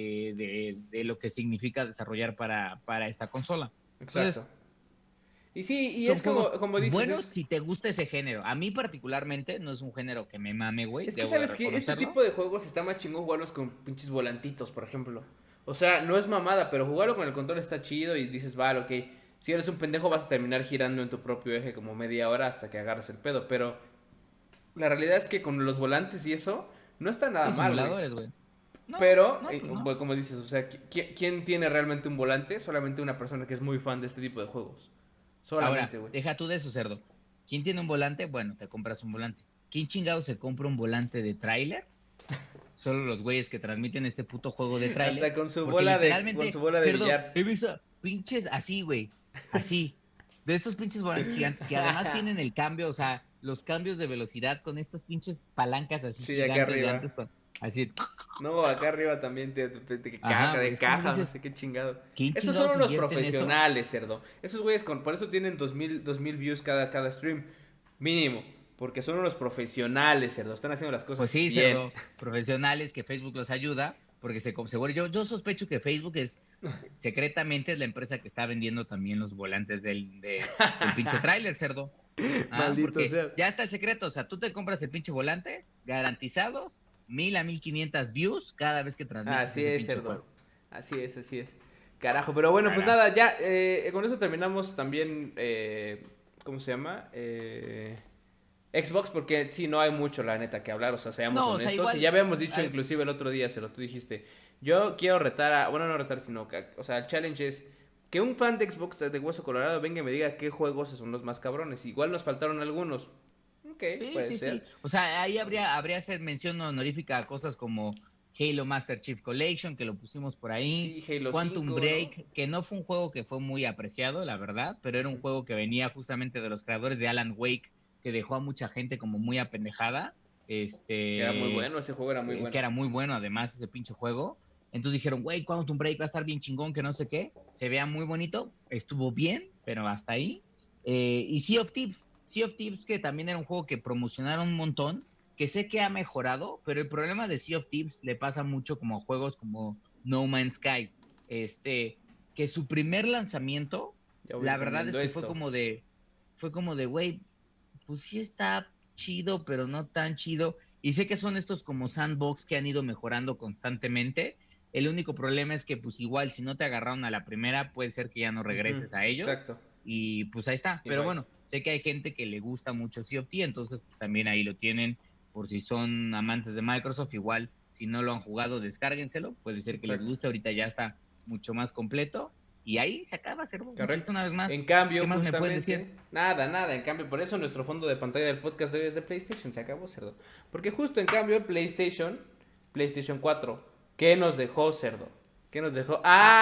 de lo que significa desarrollar para esta consola. Exacto. Entonces, Y sí, y son es juegos como dices, buenos si te gusta ese género. A mí particularmente no es un género que me mame, güey, es que debo de sabes que este reconocerlo. tipo de juegos está más chingón jugarlos con pinches volantitos, por ejemplo. O sea, no es mamada, pero jugarlo con el control está chido y dices, vale, ok. Si eres un pendejo vas a terminar girando en tu propio eje como media hora hasta que agarres el pedo, pero la realidad es que con los volantes y eso no está nada Y mal, güey. simuladores, güey. No, Pero, no, pues no. bueno, como dices, o sea, ¿quién tiene realmente un volante? Solamente una persona que es muy fan de este tipo de juegos. Solamente, Ahora, güey. deja tú de eso, cerdo. ¿Quién tiene un volante? Bueno, te compras un volante. ¿Quién chingado se compra un volante de tráiler? Solo los güeyes que transmiten este puto juego de tráiler. Hasta con su Porque con su literalmente, bola de cerdo, billar. he visto pinches así, güey. Así. De estos pinches volantes gigantes que además tienen el cambio, o sea, los cambios de velocidad con estas pinches palancas así Sí, acá gigantes de arriba. antes. Así. No, acá arriba también te Ajá, caja, güey. de Es como caja, no dices, sé qué chingado. ¿quién Estos son chingados unos invierte en eso? profesionales, cerdo. Esos güeyes por eso tienen 2000 views cada stream. Mínimo. Porque son unos profesionales, cerdo. Están haciendo las Pues cosas sí, bien. cerdo, profesionales que Facebook los ayuda, porque seguro, yo sospecho que Facebook secretamente es la empresa que está vendiendo también los volantes del pinche tráiler, cerdo. Ah, Maldito porque sea. ya está el secreto, o sea, tú te compras el pinche volante, garantizados, 1000 a 1500 views cada vez que transmites Así ese es, pinche cerdo. juego. Así es, así es. Carajo, pero bueno, pues Carajo. nada, ya con eso terminamos también, ¿cómo se llama? Xbox, porque sí, no hay mucho, la neta, que hablar, o sea, seamos No, o sea, honestos. Y ya igual, habíamos dicho inclusive el otro día, se lo tú dijiste, yo quiero retar bueno, no retar, sino que, o sea, el challenge es que un fan de Xbox de Hueso Colorado venga y me diga qué juegos son los más cabrones. Igual nos faltaron algunos. Ok, sí, puede sí, sí. ser. O sea, ahí habría hacer mención honorífica a cosas como Halo Master Chief Collection, que lo pusimos por ahí. Sí, Halo Quantum 5, ¿no? Break, que no fue un juego que fue muy apreciado, la verdad, pero era un juego que venía justamente de los creadores de Alan Wake, que dejó a mucha gente como muy apendejada. Que era muy bueno, ese juego era muy Que bueno. era muy bueno además ese pinche juego. Entonces dijeron, güey, Quantum Break va a estar bien chingón, que no sé qué. Se vea muy bonito, estuvo bien, pero hasta ahí. Y Sea of Thieves que también era un juego que promocionaron un montón, que sé que ha mejorado, pero el problema de Sea of Thieves le pasa mucho como a juegos como No Man's Sky, que su primer lanzamiento, Ya voy la verdad cambiando es que esto. fue como de, güey, pues sí está chido, pero no tan chido. Y sé que son estos como sandbox que han ido mejorando constantemente. El único problema es que pues igual si no te agarraron a la primera, puede ser que ya no regreses a ellos. Exacto. Y pues ahí está. Y Pero bye. bueno, sé que hay gente que le gusta mucho Sea of Thieves, entonces pues, también ahí lo tienen por si son amantes de Microsoft. Igual Si no lo han jugado, descárguenselo. Puede ser que les guste. Ahorita ya está mucho más completo. Y ahí se acaba, Cerdo. Correcto. Una vez más. En cambio, ¿Qué más me puedes justamente, decir? nada. En cambio, por eso nuestro fondo de pantalla del podcast de hoy es de PlayStation. Se acabó, cerdo. Porque justo en cambio, PlayStation 4, ¿qué nos dejó, cerdo? ¿Qué nos dejó?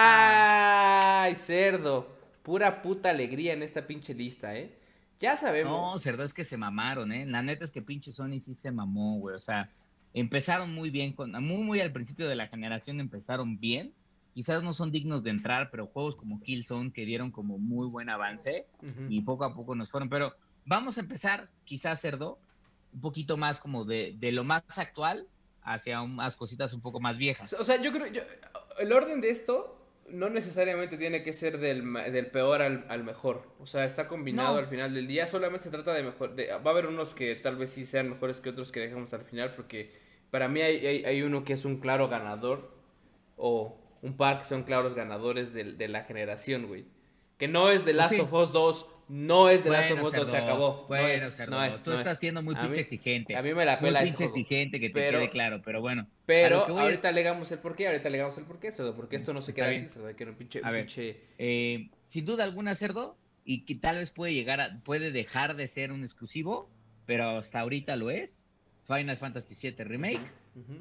¡Ay, cerdo! Pura puta alegría en esta pinche lista, ¿eh? Ya No, sabemos. Cerdo, es que se mamaron, ¿eh? La neta es que pinche Sony sí se mamó, güey. O sea, empezaron muy bien, muy al principio de la generación empezaron bien. Quizás no son dignos de entrar, pero juegos como Killzone que dieron como muy buen avance Ujú. y poco a poco nos fueron. Pero vamos a empezar, quizás, Cerdo, un poquito más como de lo más actual hacia unas cositas un poco más viejas. O sea, el orden de esto no necesariamente tiene que ser del peor al mejor. O sea, está combinado al No, final del día. Solamente se trata de mejor. Va a haber unos que tal vez sí sean mejores que otros que dejamos al final. Porque para mí hay uno que es un claro ganador. O un par que son claros ganadores de la generación, güey. Que no es The pues Last of sí. Us 2. No es The Last of Bueno, Us 2. Se Cerdo, acabó. No bueno, es. No Cerdo, es. tú No es. estás siendo muy A pinche mí, a exigente, mí me la muy pela ese pinche juego. exigente, que te quede Pero claro, pero bueno, a lo que pero voy es, ahorita alegamos el porqué, Cerdo, porque esto no se está queda así, bien, Cerdo, hay que un a ver, pinche... sin duda alguna, Cerdo, y que tal vez puede dejar de ser un exclusivo, pero hasta ahorita lo es, Final Fantasy VII Ujú, Remake, ujú.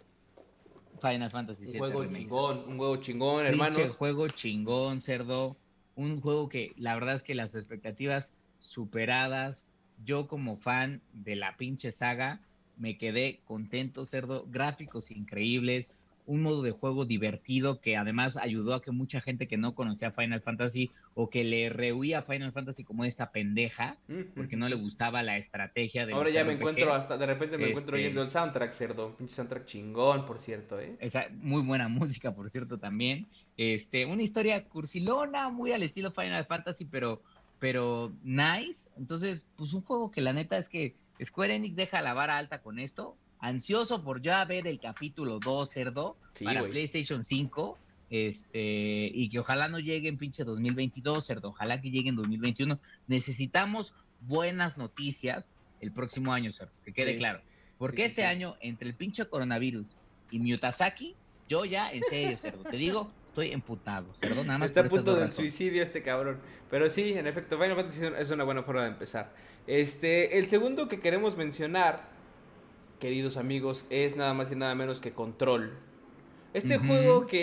Final Fantasy VII Remake, Cerdo. Un juego chingón, Pinche hermanos. juego chingón, Cerdo. Un juego que la verdad es que las expectativas superadas. Yo como fan de la pinche saga me quedé contento, Cerdo. Gráficos increíbles, un modo de juego divertido que además ayudó a que mucha gente que no conocía Final Fantasy o que le rehuía a Final Fantasy como esta pendeja, Ujú, porque no le ujú. gustaba la estrategia de Ahora los ya me encuentro RPGs. hasta, de repente me encuentro oyendo Este, el soundtrack, Cerdo, pinche soundtrack chingón, por cierto, ¿eh? esa muy buena música, por cierto, también. Una historia cursilona, muy al estilo Final Fantasy, pero nice. Entonces, pues un juego que la neta es que Square Enix deja la vara alta con esto. Ansioso por ya ver el capítulo 2, cerdo, Sí, para güey. PlayStation 5. Y que ojalá no llegue en pinche 2022, cerdo. Ojalá que llegue en 2021. Necesitamos buenas noticias el próximo año, cerdo, que quede Sí, claro. sí, Porque sí, este sí. año, entre el pinche coronavirus y Miyazaki, yo ya, en serio, cerdo, te digo, estoy emputado, cerdo, nada más Está por a estas punto dos del razones. suicidio este cabrón. Pero sí, en efecto, Final Fantasy es una buena forma de empezar. El segundo que queremos mencionar, queridos amigos, es nada más y nada menos que Control. Este juego Ujú.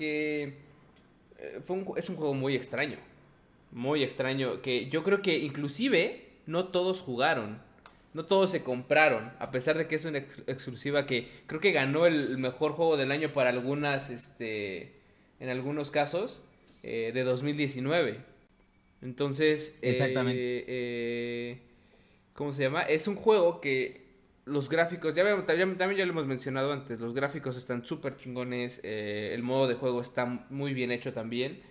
que es un juego muy extraño, que yo creo que inclusive no todos jugaron, no todos se compraron, a pesar de que es una exclusiva que creo que ganó el mejor juego del año para en algunos casos, de 2019. Entonces, Exactamente. ¿cómo se llama? Es un juego que los gráficos, también ya lo hemos mencionado antes, los gráficos están súper chingones, el modo de juego está muy bien hecho también.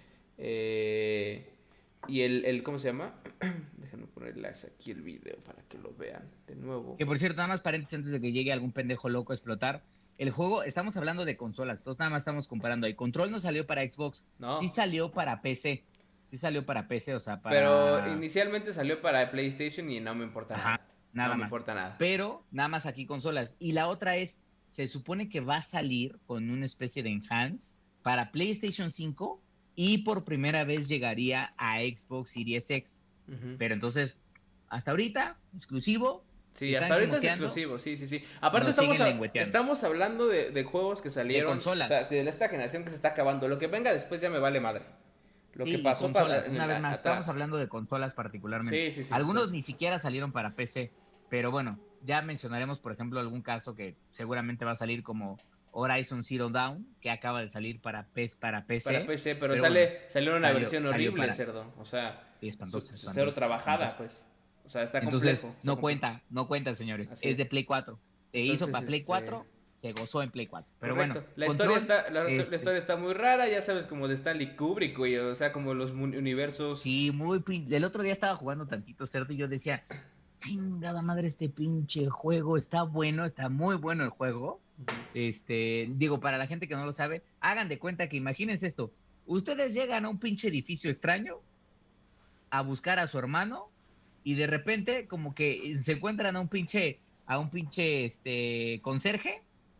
Y ¿cómo se llama? Déjenme ponerles aquí el video para que lo vean de nuevo. Que por cierto, nada más paréntesis antes de que llegue algún pendejo loco a explotar. El juego, estamos hablando de consolas, entonces nada más estamos comparando. El Control no salió para Xbox, sí No, salió para PC. Sí salió para PC, o sea, pero para... inicialmente salió para PlayStation y no me importa nada. Ajá, No nada me más. importa nada. Pero nada más aquí consolas. Y la otra es, se supone que va a salir con una especie de enhance para PlayStation 5 y por primera vez llegaría a Xbox Series X. Ujú. Pero entonces, hasta ahorita, exclusivo, Sí, hasta están ahorita es gimoteando, exclusivo, sí, sí, sí. Aparte nos siguen lengüeteando. estamos hablando de juegos que De salieron, o sea, consolas, de esta generación que se está acabando. Lo que venga después ya me vale madre. Lo que sí, pasó consolas, en una vez más, estamos atrás. hablando de consolas particularmente. Sí, sí, sí. Algunos Entonces, ni siquiera salieron para PC, pero bueno, ya mencionaremos, por ejemplo, algún caso que seguramente va a salir como Horizon Zero Dawn, que acaba de salir para para PC, PC, pero pero bueno, salió una versión salió horrible, para, cerdo. O sea, sí, espantosa, cero espantosa, trabajada, espantosa. pues. O sea, está Entonces, complejo, está no complejo. cuenta, no cuenta, señores, Así es es. de Play 4. Se hizo Entonces, para Play 4, se gozó en Play 4. Pero bueno, correcto. Control, La historia está muy rara, ya sabes, como de Stanley Kubrick, güey. O sea, como los universos. sí, el otro día estaba jugando tantito cerdo y yo decía, chingada madre, este pinche juego está bueno, está muy bueno el juego. Digo, para la gente que no lo sabe, hagan de cuenta que imagínense esto, ustedes llegan a un pinche edificio extraño a buscar a su hermano y de repente como que se encuentran a un pinche conserje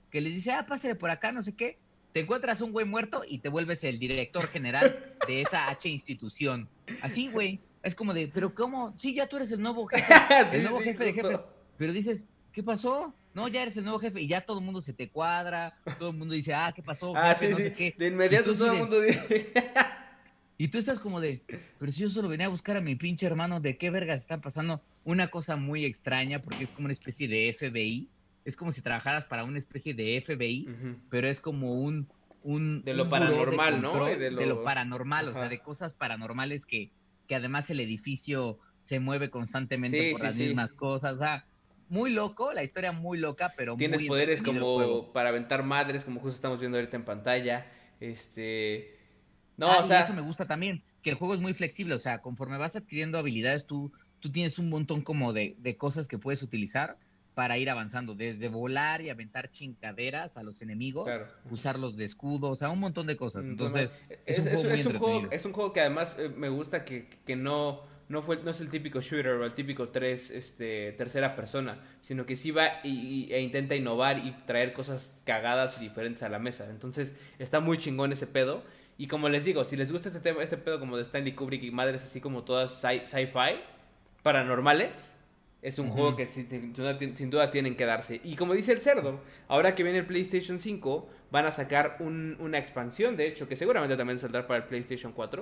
que les dice, pásale por acá, no sé qué, te encuentras un güey muerto y te vuelves el director general de esa institución. Así, güey, es como de, pero ¿cómo? Sí, ya tú eres el nuevo jefe, el Sí, nuevo sí, jefe de jefes, justo. pero dices, ¿qué pasó? No, ya eres el nuevo jefe y ya todo el mundo se te cuadra, todo el mundo dice, ¿qué pasó, jefe? Sí, No sí, sé qué. de Y tú inmediato así todo el de, mundo dice... y tú estás como de, pero si yo solo venía a buscar a mi pinche hermano, ¿de qué vergas está pasando? Una cosa muy extraña porque es como una especie de FBI, es como si trabajaras para una especie de FBI, Ujú. pero es como De lo un buró de paranormal, ¿no? Y control de de lo lo... paranormal, o sea, Ajá. de cosas paranormales que además el edificio se mueve constantemente Sí, por sí, las sí. mismas cosas, o sea, muy loco, la historia muy loca, pero Tienes muy poderes entretenido el juego. como para aventar madres, como justo estamos viendo ahorita en pantalla. Este... No, o Y eso me sea... gusta también, que el juego es muy flexible, o sea, conforme vas adquiriendo habilidades, tú tienes un montón como de cosas que puedes utilizar para ir avanzando, desde volar y aventar chingaderas a los enemigos, Claro. usarlos de escudo, o sea, un montón de cosas. Entonces, Entonces, es un juego muy entretenido. es un juego que además me gusta que no, no es el típico shooter o el típico tercera persona, sino que sí va e intenta innovar y traer cosas cagadas y diferentes a la mesa. Entonces, está muy chingón ese pedo. Y como les digo, si les gusta este tema, este pedo como de Stanley Kubrick y madres así como todas sci-fi, paranormales, es un juego Ujú. que sin duda tienen que darse. Y como dice el cerdo, ahora que viene el PlayStation 5, van a sacar una expansión, de hecho, que seguramente también saldrá para el PlayStation 4.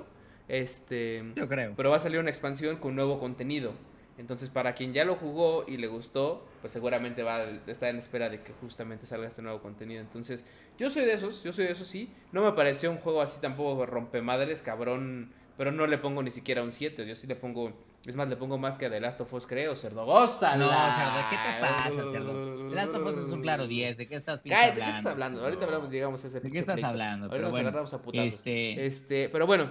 Yo creo. Pero va a salir una expansión con nuevo contenido. Entonces, para quien ya lo jugó y le gustó, pues seguramente va a estar en espera de que justamente salga este nuevo contenido. Entonces, yo soy de esos, sí. No me pareció un juego así tampoco rompemadres, cabrón, pero no le pongo ni siquiera un 7. Yo sí le pongo, es más, le pongo más que a The Last of Us, creo, cerdo. No, cerdo, ¿qué te ¡Gózala! pasa, cerdo? The Last of Us es un claro 10. ¿De qué estás pinche Cállate, ¿qué estás hablando, hablando? Ahorita hablamos, cerdo? llegamos a ese ¿De qué pinche estás pleito. hablando? Ahorita Pero nos bueno, agarramos a putazos. este, Pero bueno,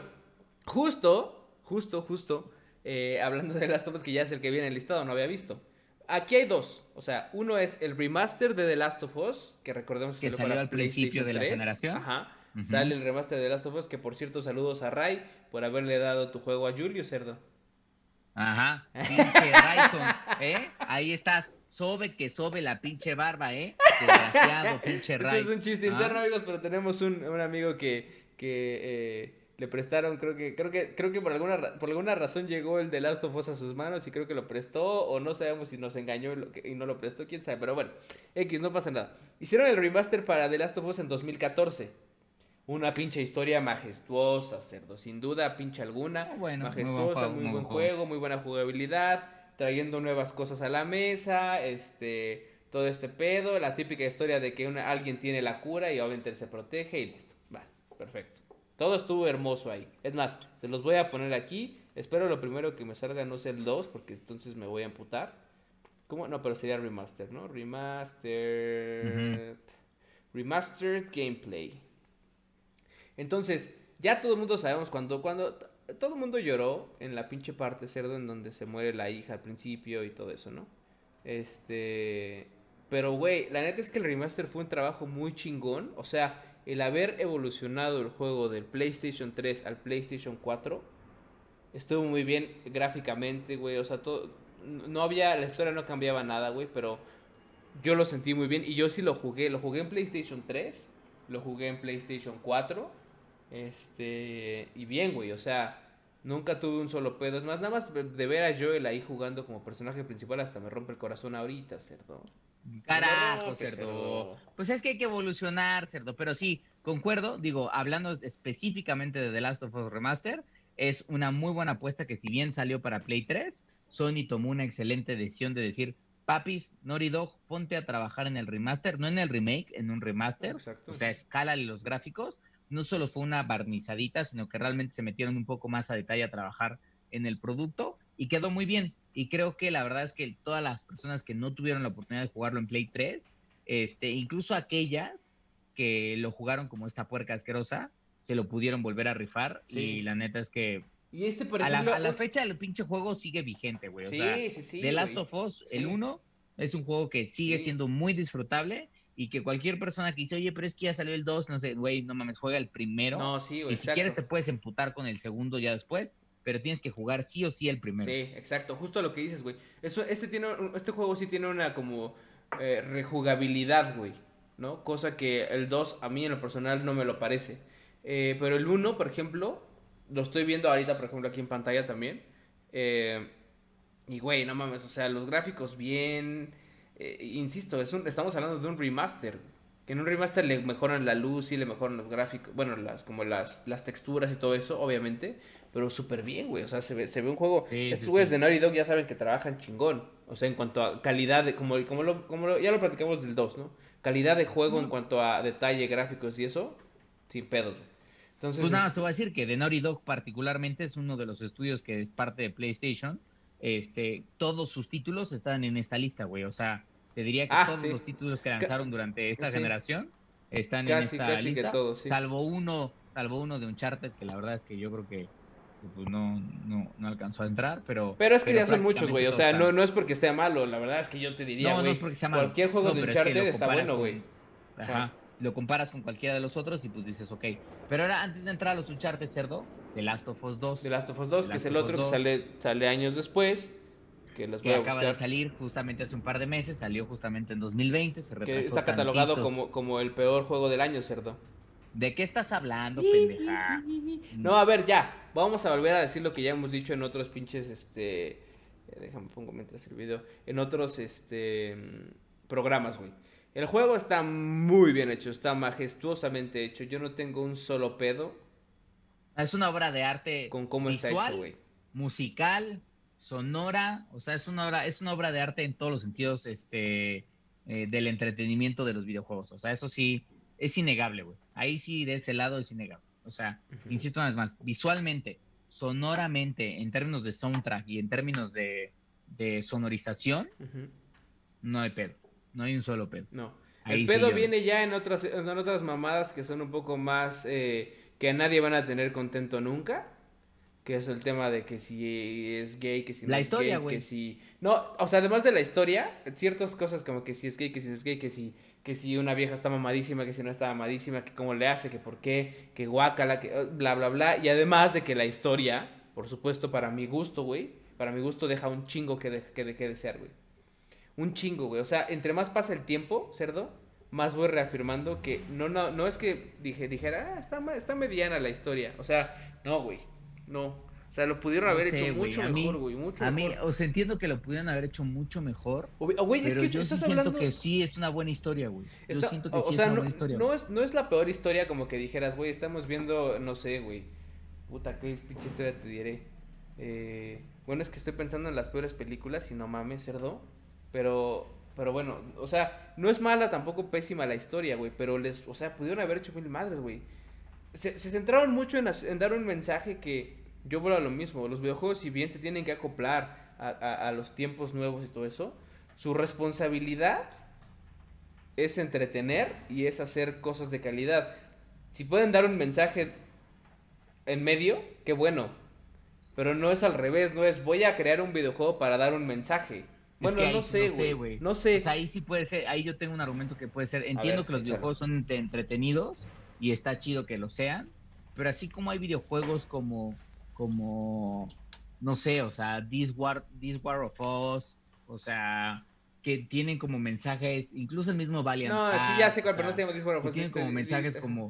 justo, hablando de Last of Us, que ya es el que viene en el listado, no había visto. Aquí hay dos. O sea, uno es el remaster de The Last of Us, que recordemos que que salió salió para al principio PlayStation de la 3. generación. Ajá. Ujú. Sale el remaster de The Last of Us, que por cierto, saludos a Ray por haberle dado tu juego a Julio Cerdo. Ajá, pinche Ryson, ¿eh? Ahí estás, sobe la pinche barba, ¿eh? Desgraciado, pinche Eso es Ray. un chiste interno, ¿Ah? amigos, pero tenemos un amigo que le prestaron, creo que por alguna razón llegó el de Last of Us a sus manos y creo que lo prestó, o no sabemos si nos engañó y no lo prestó, quién sabe, pero bueno, X, no pasa nada. Hicieron el remaster para The Last of Us en 2014. Una pinche historia majestuosa, cerdo, sin duda, pinche alguna, Bueno, muy buen majestuosa, juego, muy muy buen buen juego. juego, muy buena jugabilidad, trayendo nuevas cosas a la mesa, todo este pedo, la típica historia de que alguien tiene la cura y obviamente él se protege y listo. Vale, perfecto. Todo estuvo hermoso ahí. Es más, se los voy a poner aquí. Espero lo primero que me salga no sea el 2, porque entonces me voy a amputar. ¿Cómo? No, pero sería remaster, ¿no? Ujú. Remastered gameplay. Entonces, ya todo el mundo sabemos todo el mundo lloró en la pinche parte cerdo en donde se muere la hija al principio y todo eso, ¿no? Este, pero güey, la neta es que el remaster fue un trabajo muy chingón, o sea, el haber evolucionado el juego del PlayStation 3 al PlayStation 4 estuvo muy bien gráficamente, güey, o sea, todo no había la historia no cambiaba nada, güey, pero yo lo sentí muy bien y yo sí lo jugué en PlayStation 3, lo jugué en PlayStation 4, y bien, güey, o sea, nunca tuve un solo pedo, es más, nada más de ver a Joel ahí jugando como personaje principal hasta me rompe el corazón ahorita, cerdo. Me lo Carajo, rompe, cerdo. cerdo. Pues es que hay que evolucionar, cerdo. Pero sí, concuerdo, digo, hablando específicamente de The Last of Us Remaster, es una muy buena apuesta que si bien salió para Play 3, Sony tomó una excelente decisión de decir, papis, Naughty Dog, ponte a trabajar en el remaster, no en el remake, en un remaster, o Exacto. sea, escálale los gráficos. No solo fue una barnizadita, sino que realmente se metieron un poco más a detalle a trabajar en el producto y quedó muy bien. Y creo que la verdad es que todas las personas que no tuvieron la oportunidad de jugarlo en Play 3, incluso aquellas que lo jugaron como esta puerca asquerosa, se lo pudieron volver a rifar. Y Sí. la neta es que Y por a ejemplo, la fecha el pinche juego sigue vigente, güey. O sea, sí, sí, sí, The Last güey. of Us, el Sí, uno es un juego que sigue sí. siendo muy disfrutable y que cualquier persona que dice, oye, pero es que ya salió el 2 no sé, güey, no mames, juega el primero No, sí, güey, y si quieres exacto. te puedes emputar con el segundo ya después, pero tienes que jugar sí o sí el Sí, primero. exacto, justo lo que dices, güey. Este juego sí tiene una como rejugabilidad, güey. ¿no? Cosa que el 2 a mí en lo personal no me lo parece. Pero el uno, por ejemplo, lo estoy viendo ahorita, por ejemplo, aquí en pantalla también. Eh, y güey, no mames, o sea, los gráficos bien. Insisto, estamos hablando de un remaster. Que en un remaster le mejoran la luz y le mejoran los gráficos. Bueno, como las texturas y todo eso, obviamente. Pero súper bien, güey. O sea, se ve un juego. Sí, Estos sí, güeyes sí. de Naughty Dog ya saben que trabajan chingón. O sea, en cuanto a calidad, ya lo platicamos del 2, ¿no? Calidad de juego en No, cuanto a detalle, gráficos y eso, sin pedos, güey. Entonces, pues nada más te voy a decir que de Naughty Dog particularmente es uno de los estudios que es parte de PlayStation. Todos sus títulos están en esta lista, güey. O sea, te diría que todos sí. los títulos que Ca- lanzaron durante esta sí, generación están en casi, esta casi que lista, todo, sí. salvo uno de Uncharted, que la verdad es que yo creo que, pues no alcanzó a entrar, Pero es que pero ya son muchos, prácticamente güey. O todos sea, no, están. no es porque esté malo. La verdad es que yo te diría, No, no es güey, porque sea malo. cualquier juego No, de pero es que Uncharted lo está comparas bueno, güey. con, O sea, ajá, lo comparas con cualquiera de los otros y pues dices, ok. Pero ahora, antes de entrar a los Uncharted, cerdo, The Last of Us The 2, Last of Us 2, The que es Last el of Us otro que 2, sale años después, que los voy que a acaba de buscar. salir justamente hace un par de meses, salió justamente en 2020, se Que retrasó está catalogado tantitos. como el peor juego del año, cerdo. ¿De qué estás hablando, pendeja? Mm, No, a ver, ya. Vamos a volver a decir lo que ya hemos dicho en otros pinches, déjame pongo mientras el video. En otros, programas, güey. El juego está muy bien hecho, está majestuosamente hecho. Yo no tengo un solo pedo Es una obra de arte con cómo está hecho, visual, güey. musical, sonora, o sea, es una obra de arte en todos los sentidos, del entretenimiento de los videojuegos. O sea, eso sí, es innegable, güey. Ahí sí, de ese lado es innegable. O sea, Ujú, insisto una vez más, visualmente, sonoramente, en términos de soundtrack y en términos de sonorización, ujú. no hay pedo. No hay un solo pedo. No. El Ahí sí pedo yo no. viene ya en otras mamadas que son un poco más que a nadie van a tener contento nunca. Que es el tema de que si es gay, que si no La es historia, gay, que güey. si... No, o sea, además de la historia, ciertas cosas como que si es gay, que si no es gay, que si una vieja está mamadísima, que si no está mamadísima, que cómo le hace, que por qué, que guácala, que bla, bla, bla. Y además de que la historia, por supuesto, para mi gusto, güey, para mi gusto deja un chingo que desear, güey. Un chingo, güey. O sea, entre más pasa el tiempo, cerdo, más voy reafirmando que no es que dijera, está mediana la historia. O sea, no, güey. No. O sea, lo pudieron No haber hecho sé, güey. mucho A mejor, mí, güey. Mucho a mí, mejor. o sea, entiendo que lo pudieran haber hecho mucho mejor, Güey, es pero que yo sí estás siento hablando. que sí es una buena historia, güey. Yo siento que O sí es sea, una no, buena historia, güey. no es la peor historia como que dijeras, güey, estamos viendo, no sé, güey. Puta, qué pinche historia te diré. Bueno, es que estoy pensando en las peores películas y no mames, cerdo. Pero bueno, o sea, no es mala tampoco pésima la historia, güey. Pero o sea, pudieron haber hecho mil madres, güey. Se centraron mucho en dar un mensaje que yo vuelvo a lo mismo. Los videojuegos, si bien se tienen que acoplar a los tiempos nuevos y todo eso, su responsabilidad es entretener y es hacer cosas de calidad. Si pueden dar un mensaje en medio, qué bueno. Pero no es al revés, no es voy a crear un videojuego para dar un mensaje. Es Bueno, que no ahí sí no sé, sé, güey. güey. No O sea, sé. ahí sí puede ser, ahí yo tengo un argumento que puede ser, A entiendo ver, que los échalo. videojuegos son entretenidos y está chido que lo sean, pero así como hay videojuegos como, no sé, o sea, This War of Us, o sea, que tienen como mensajes, incluso el mismo Valiant No, sí, ya sé Hearts, o cuál, pero no se sea, llama This War of que Us, tienen como mensajes como,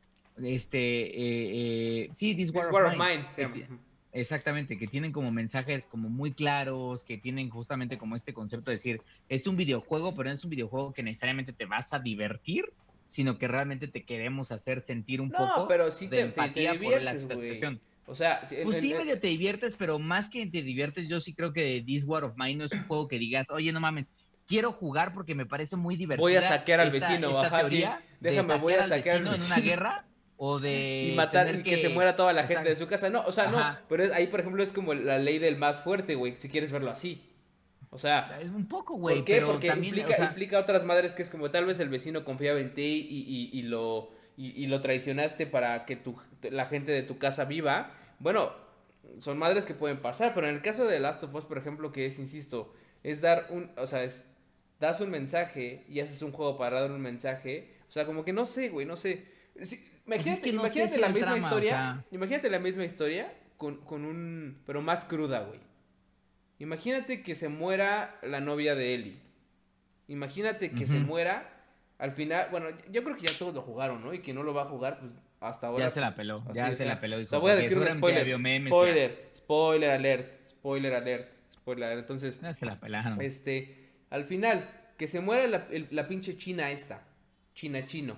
sí, This This War of War of Mine, Mine se llama. exactamente, que tienen como mensajes como muy claros, que tienen justamente como este concepto de decir, es un videojuego, pero no es un videojuego que necesariamente te vas a divertir, sino que realmente te queremos hacer sentir un No, poco pero sí de te empatía por la diviertes, güey. situación. O sea, Pues sí, medio te diviertes, pero más que te diviertes, yo sí creo que This War of Mine no es un juego que digas, oye, no mames, quiero jugar porque me parece muy voy a divertida saquear al esta, vecino, esta ajá, sí. teoría de Déjame, voy a saquear al saquear al vecino en una vecino. guerra o Y de matar tener y que se muera toda la gente de exacto, su casa. No, o sea, no. ajá, Pero ahí, por ejemplo, es como la ley del más fuerte, güey, si quieres verlo así. O sea, es un poco, ¿por güey, qué? pero Porque también, o sea, implica otras madres que es como tal vez el vecino confiaba en ti y lo traicionaste para que la gente de tu casa viva. Bueno, son madres que pueden pasar, pero en el caso de Last of Us, por ejemplo, que es, insisto, es o sea, das un mensaje y haces un juego para dar un mensaje. O sea, como que no sé, güey, no sé. pues es Imagínate, que no sé imagínate si era la el misma trama, o historia, sea, imagínate la misma historia pero más cruda, güey. Imagínate que se muera la novia de Ellie. Imagínate que se ujú. muera al final, bueno, yo creo que ya todos lo jugaron, ¿no? Y quien no lo va a jugar, pues hasta ahora. Ya se la peló, así, ya o se sea, la peló. o Dijo, sea, voy a porque decir un seguramente ya spoiler. vio memes ya. Spoiler alert. Spoiler alert. Spoiler alert. Entonces, Ya se la pelaron. al final, que se muera la pinche China esta. Chino.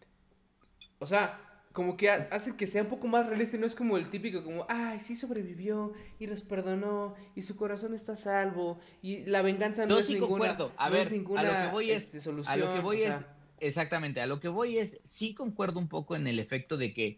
O sea, como que hace que sea un poco más realista y no es como el típico como, ay, sí sobrevivió y los perdonó y su corazón está a salvo y la venganza no Yo es sí ninguna, concuerdo. A no es ver, a lo que ninguna voy es, a lo que solución, o voy es, sea, exactamente, a lo que voy es, sí concuerdo un poco en el efecto de que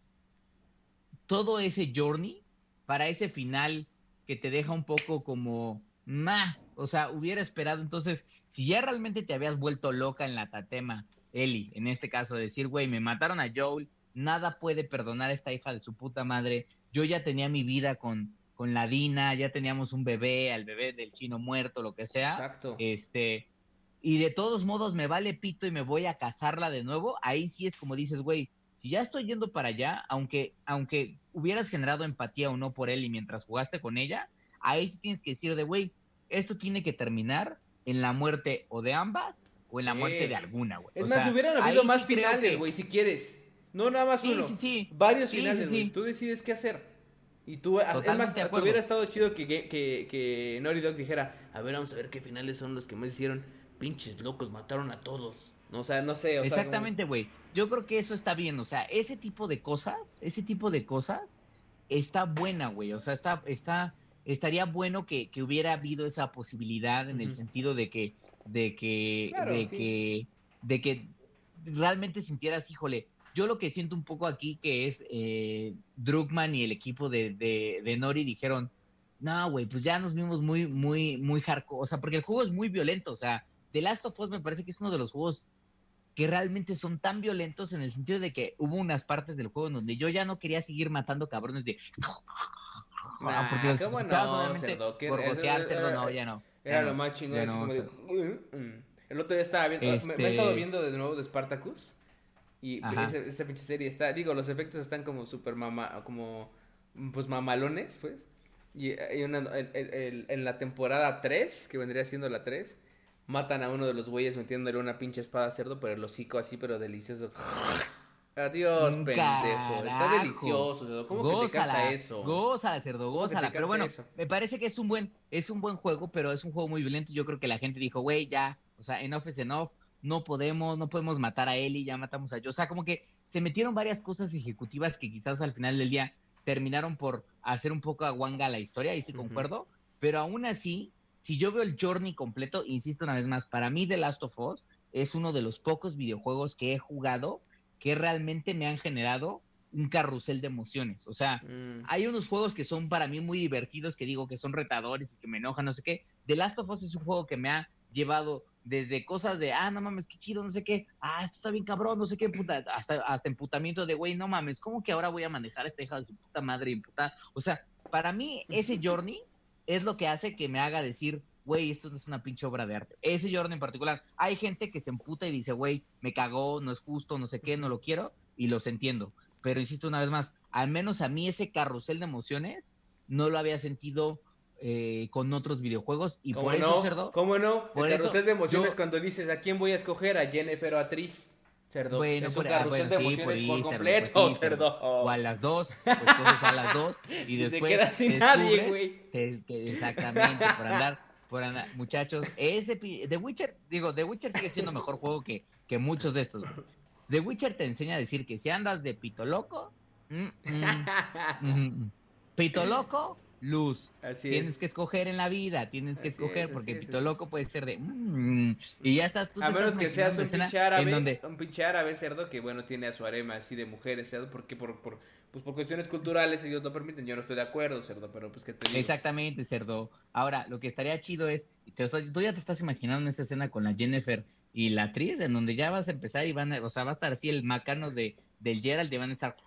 todo ese journey para ese final que te deja un poco como, o sea, hubiera esperado. Entonces, si ya realmente te habías vuelto loca en la tatema, Ellie, en este caso, decir, güey, me mataron a Joel, nada puede perdonar a esta hija de su puta madre, yo ya tenía mi vida con la Dina, ya teníamos un bebé, al bebé del chino muerto, lo que sea, exacto. y de todos modos me vale pito y me voy a casarla de nuevo, ahí sí es como dices, güey, si ya estoy yendo para allá, aunque hubieras generado empatía o no por él y mientras jugaste con ella, ahí sí tienes que decir de, güey, esto tiene que terminar en la muerte o de ambas o en la muerte de Sí. alguna, güey. Es O más, sea, hubieran habido ahí más sí creo finales, que güey, si quieres. No nada más sí, uno, sí, sí, varios sí, sí, finales, güey. sí, Tú decides qué hacer. Y tú, es más, totalmente de hasta hubiera acuerdo. estado chido que Naughty Dog dijera, a ver, vamos a ver qué finales son los que más hicieron. Pinches locos, mataron a todos. No, o sea, no sé, o sea, como... Exactamente, güey. Yo creo que eso está bien, o sea, ese tipo de cosas está buena, güey. O sea, estaría bueno que hubiera habido esa posibilidad en el Ujú. sentido de que, de que, Claro, de sí. que, de que realmente sintieras, híjole, yo lo que siento un poco aquí que es Druckmann y el equipo de Nori dijeron, no, güey, pues ya nos vimos muy, muy, muy hardcore, o sea, porque el juego es muy violento, o sea, The Last of Us me parece que es uno de los juegos que realmente son tan violentos en el sentido de que hubo unas partes del juego en donde yo ya no quería seguir matando cabrones de... Porque Nah, los cómo escuchabas no, obviamente cerdo. Que gorgotear cerdo, no, ya no, ya era lo no, más chingón, ya así no. como de... El otro día estaba viendo, me he estado Este, viendo de nuevo de Spartacus. Y ajá, esa pinche serie está, digo, los efectos están como súper como, pues mamalones, pues. Y en la temporada 3 que vendría siendo la 3 matan a uno de los güeyes metiéndole una pinche espada a cerdo, pero el hocico así, pero delicioso. Adiós, pendejo. Está carajo, delicioso, cerdo. ¿Cómo que te cansa gózala, eso? gózala, cerdo, ¿Cómo que te gózala. Pero cansa bueno, eso? me parece que es un buen juego, pero es un juego muy violento. Yo creo que la gente dijo, güey, ya, o sea, enough is enough, no podemos matar a Ellie, ya matamos a Joe. O sea, como que se metieron varias cosas ejecutivas que quizás al final del día terminaron por hacer un poco aguanga la historia, y sí Ujú. concuerdo, pero aún así, si yo veo el journey completo, insisto una vez más, para mí The Last of Us es uno de los pocos videojuegos que he jugado que realmente me han generado un carrusel de emociones. O sea, Mm. hay unos juegos que son para mí muy divertidos, que digo que son retadores y que me enojan, no sé qué. The Last of Us es un juego que me ha llevado desde cosas de, no mames, qué chido, no sé qué, esto está bien cabrón, no sé qué, puta, hasta emputamiento de, güey, no mames, ¿cómo que ahora voy a manejar a esta hija de su puta madre imputada? O sea, para mí ese journey es lo que hace que me haga decir, güey, esto no es una pinche obra de arte. Ese Jordan en particular, hay gente que se emputa y dice, güey, me cagó, no es justo, no sé qué, no lo quiero, y los entiendo. Pero insisto una vez más, al menos a mí ese carrusel de emociones no lo había sentido con otros videojuegos, y ¿Cómo por eso, no? cerdo, ¿Cómo no? El por eso carrusel de emociones yo, cuando dices a quién voy a escoger, a Jennifer o a Tris, cerdo. bueno, Es un carrusel bueno, de sí, emociones por cerdo, pues completo, sí, cerdo. O a cerdo. las dos, pues coges a las dos, y Y te después quedas sin nadie, descubres güey. que exactamente por andar, muchachos, The Witcher, digo, The Witcher sigue siendo mejor juego que muchos de estos, güey. The Witcher te enseña a decir que si andas de pito loco, mm, mm, mm, pito loco, luz. Así Tienes es. que escoger en la vida, tienes que Así es, escoger, así porque es, pito así es. loco puede ser de, y ya estás, tú A te estás menos que imaginando seas una escena en donde un pinche árabe, cerdo, que bueno, tiene a su harema así de mujeres, cerdo, porque pues por cuestiones culturales ellos no permiten, yo no estoy de acuerdo, cerdo, pero pues qué te digo. exactamente, cerdo. Ahora, lo que estaría chido es, tú ya te estás imaginando esa escena con la Jennifer y la actriz, en donde ya vas a empezar y o sea, va a estar así el macano del Gerald y van a estar,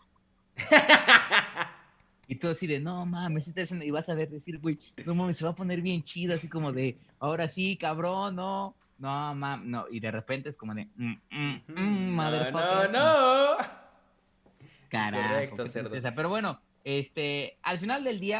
y tú así de, no mames, esta escena, y vas a ver decir, güey, no mames, se va a poner bien chido, así como de, ahora sí, cabrón, no, mames, no, y de repente es como de, No, no, motherfucker, no. no. Es Carajo, correcto, qué cerdo. tristeza. Pero bueno, al final del día,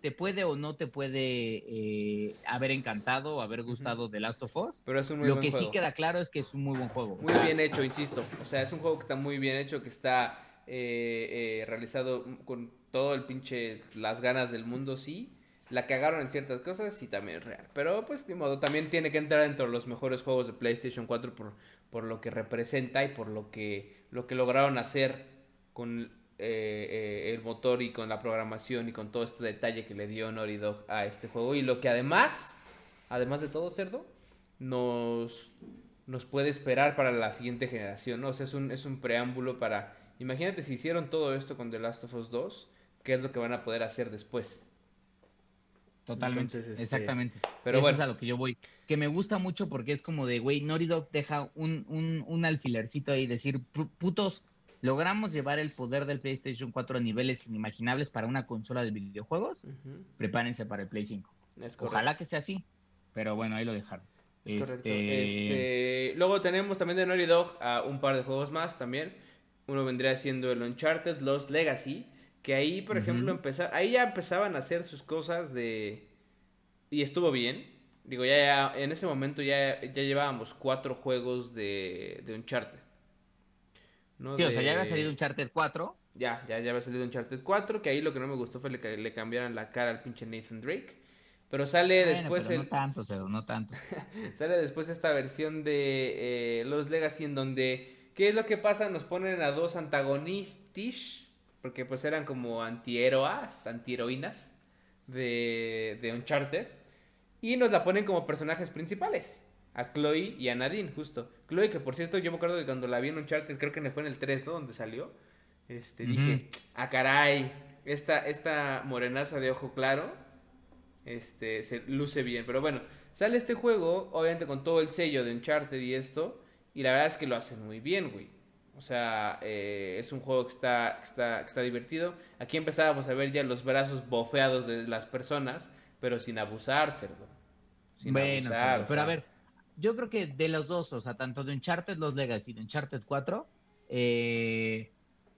te puede o no te puede haber encantado o haber gustado The Last of Us. Pero es un muy Lo buen que juego. sí queda claro es que es un muy buen juego. Muy bien hecho, insisto. O sea, es un juego que está muy bien hecho, que está realizado con todo el pinche las ganas del mundo, sí. La cagaron en ciertas cosas y también es real. Pero pues, de modo, también tiene que entrar dentro de los mejores juegos de PlayStation 4 por lo que representa y por lo que lograron hacer con el motor y con la programación y con todo este detalle que le dio Naughty Dog a este juego. Y lo que además de todo, cerdo, nos, nos puede esperar para la siguiente generación, ¿no? O sea, es un preámbulo para... Imagínate si hicieron todo esto con The Last of Us 2, ¿qué es lo que van a poder hacer después? Totalmente, Entonces, exactamente. pero Eso bueno. es a lo que yo voy. Que me gusta mucho porque es como de, güey, Naughty Dog deja un alfilercito ahí, decir, putos, logramos llevar el poder del PlayStation 4 a niveles inimaginables para una consola de videojuegos. Prepárense para el Play 5. Es Ojalá correcto. que sea así, pero bueno, ahí lo dejaron. Es correcto. Este, Luego tenemos también de Naughty Dog a un par de juegos más también. Uno vendría siendo el Uncharted Lost Legacy, que ahí, por ejemplo, ujú. ahí ya empezaban a hacer sus cosas de... Y estuvo bien. Digo, ya en ese momento ya llevábamos 4 juegos de Uncharted. ¿No? Sí, o sea, ya había salido De... Uncharted 4. Ya había salido Uncharted 4, que ahí lo que no me gustó fue que le cambiaran la cara al pinche Nathan Drake. Pero sale Bueno, después pero no tanto, Cero, no tanto. sale después esta versión de Los Legacy en donde... ¿Qué es lo que pasa? Nos ponen a dos antagonistas, porque pues eran como antiheroínas de Uncharted. Y nos la ponen como personajes principales. A Chloe y a Nadine, justo. Chloe, que por cierto, yo me acuerdo que cuando la vi en Uncharted, creo que fue en el 3, ¿no? Donde salió. Ujú. Dije, ah, caray, esta morenaza de ojo claro, se luce bien. Pero bueno, sale este juego, obviamente con todo el sello de Uncharted y esto, y la verdad es que lo hacen muy bien, güey. O sea, es un juego que está divertido. Aquí empezábamos a ver ya los brazos bofeados de las personas, pero sin abusar, cerdo. Sin Bueno, abusar, Cerdo, o pero a sea. ver, yo creo que de los dos, o sea, tanto de Uncharted Los Legacy y de Uncharted 4, eh,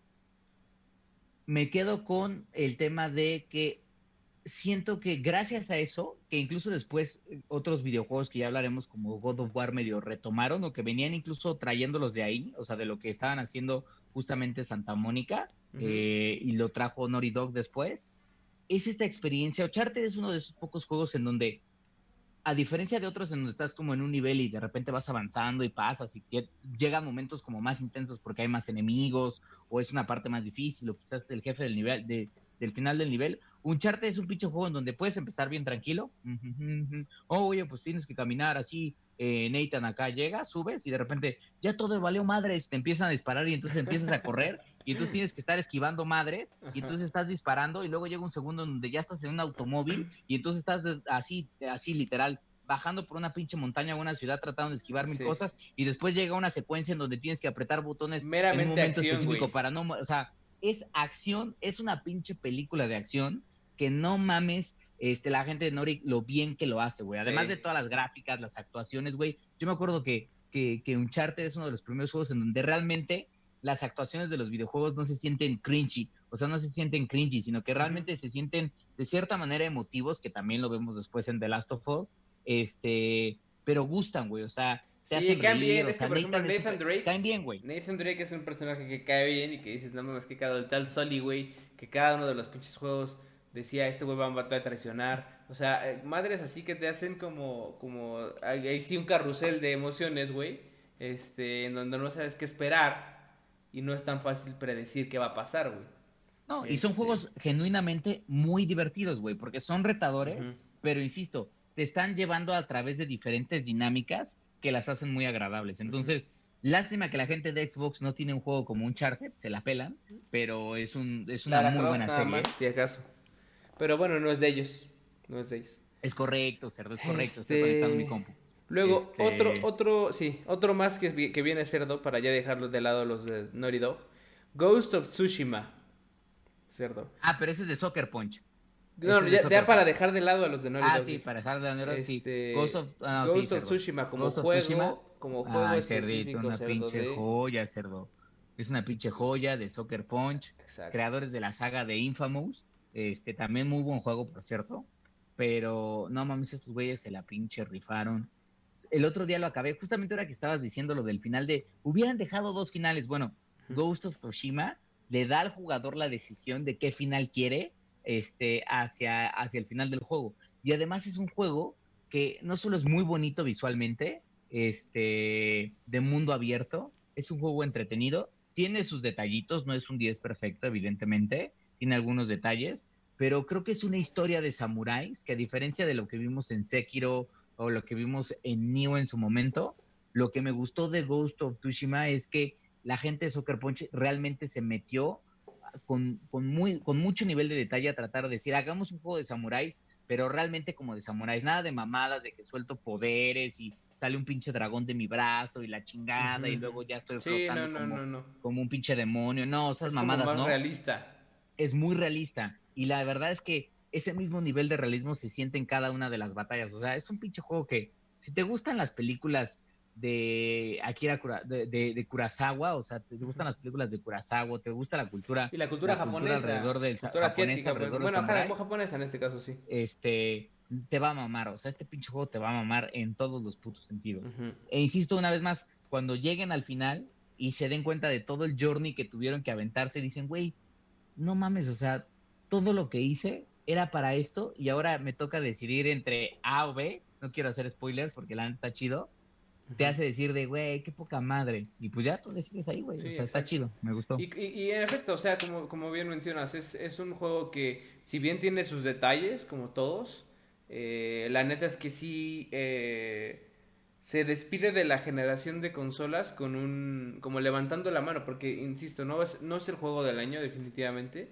me quedo con el tema de que siento que gracias a eso, que incluso después otros videojuegos que ya hablaremos como God of War medio retomaron o que venían incluso trayéndolos de ahí, o sea, de lo que estaban haciendo justamente Santa Mónica, Ujú, y lo trajo Naughty Dog después, es esta experiencia. Uncharted es uno de esos pocos juegos en donde a diferencia de otros en donde estás como en un nivel y de repente vas avanzando y pasas y llegan momentos como más intensos porque hay más enemigos o es una parte más difícil o quizás el jefe del nivel, del final del nivel. Uncharted es un pinche juego en donde puedes empezar bien tranquilo. Oh, oye, pues tienes que caminar así. Nathan acá llega, subes y de repente ya todo valió madres, te empiezan a disparar y entonces empiezas a correr y entonces tienes que estar esquivando madres y entonces estás disparando y luego llega un segundo donde ya estás en un automóvil y entonces estás así literal bajando por una pinche montaña o una ciudad tratando de esquivar mil sí. cosas y después llega una secuencia en donde tienes que apretar botones en un Meramente momento acción, específico güey. para no, o sea, es acción, es una pinche película de acción que no mames, la gente de Nori lo bien que lo hace, güey. Además de Sí. todas las gráficas, las actuaciones, güey. Yo me acuerdo que Uncharted es uno de los primeros juegos en donde realmente las actuaciones de los videojuegos no se sienten cringy, o sea, no se sienten cringy, sino que Ujú. realmente se sienten de cierta manera emotivos, que también lo vemos después en The Last of Us, pero gustan, güey, o sea, te Sí, hacen caen reír, bien. o Es que, sea, por ejemplo, Nathan es súper, caen bien, güey. Nathan Drake es un personaje que cae bien y que dices, no mames, que cada el tal Sully, güey, que cada uno de los pinches juegos decía, este güey va a traicionar. O sea, madres así que te hacen ahí sí un carrusel de emociones, güey, en donde no sabes qué esperar y no es tan fácil predecir qué va a pasar, güey. No, y son Este, juegos genuinamente muy divertidos, güey, porque son retadores, Ujú. pero insisto, te están llevando a través de diferentes dinámicas que las hacen muy agradables. Ujú. Entonces, lástima que la gente de Xbox no tiene un juego como Uncharted, se la pelan, pero es una Lara muy Croft buena nada serie, más, ¿eh? si acaso. Pero bueno, no es de ellos. No es de ellos. Es correcto, cerdo, es correcto, estoy conectando mi Este. compu. Luego, Este, otro más que viene cerdo, para ya dejarlos de lado los de Naughty Dog. Ghost of Tsushima. Cerdo. pero ese es de Soccer Punch. No, Ese es de ya Soccer para Punch. dejar de lado a los de Naughty Ah, Dog, sí, dije. para dejar de la sí. Sí, Ghost of cerdo. Tsushima Ghost of Tsushima. como juego Ay, cerdito, específico, una cerdo pinche de... joya, cerdo. Es una pinche joya de Soccer Punch, Exacto. creadores de la saga de Infamous. También muy buen juego, por cierto. Pero no mames, estos güeyes se la pinche rifaron. El otro día lo acabé, justamente ahora que estabas diciendo lo del final hubieran dejado 2 finales. Bueno, Ghost of Tsushima le da al jugador la decisión de qué final quiere hacia el final del juego. Y además es un juego que no solo es muy bonito visualmente, de mundo abierto, es un juego entretenido, tiene sus detallitos, no es un 10 perfecto, evidentemente, tiene algunos detalles, pero creo que es una historia de samuráis que, a diferencia de lo que vimos en Sekiro o lo que vimos en Nioh en su momento, lo que me gustó de Ghost of Tsushima es que la gente de Sucker Punch realmente se metió con mucho nivel de detalle a tratar de decir, hagamos un juego de samuráis, pero realmente como de samuráis, nada de mamadas de que suelto poderes y sale un pinche dragón de mi brazo y la chingada y luego ya estoy Sí, no, flotando no, como, no, no. como un pinche demonio. No, esas Es como mamadas, más ¿no? realista. Es muy realista y la verdad es que ese mismo nivel de realismo se siente en cada una de las batallas. O sea, es un pinche juego que, si te gustan las películas de Akira de Kurosawa, o sea, te gustan las películas de Kurosawa, te gusta Y la cultura la cultura japonesa, alrededor del cultura japonesa, asiática, pues, alrededor del bueno, samurái, japonesa en este caso, sí. te va a mamar. O sea, este pinche juego te va a mamar en todos los putos sentidos. Ujú. E insisto una vez más, cuando lleguen al final y se den cuenta de todo el journey que tuvieron que aventarse, dicen, güey, no mames, o sea, todo lo que hice era para esto y ahora me toca decidir entre A o B. No quiero hacer spoilers porque la neta está chido. Te hace decir de, güey, qué poca madre. Y pues ya tú decides ahí, güey. O Sí, sea, está exacto. chido, me gustó. Y en efecto, o sea, como bien mencionas, es un juego que, si bien tiene sus detalles, como todos, la neta es que sí se despide de la generación de consolas como levantando la mano, porque, insisto, no es el juego del año, definitivamente.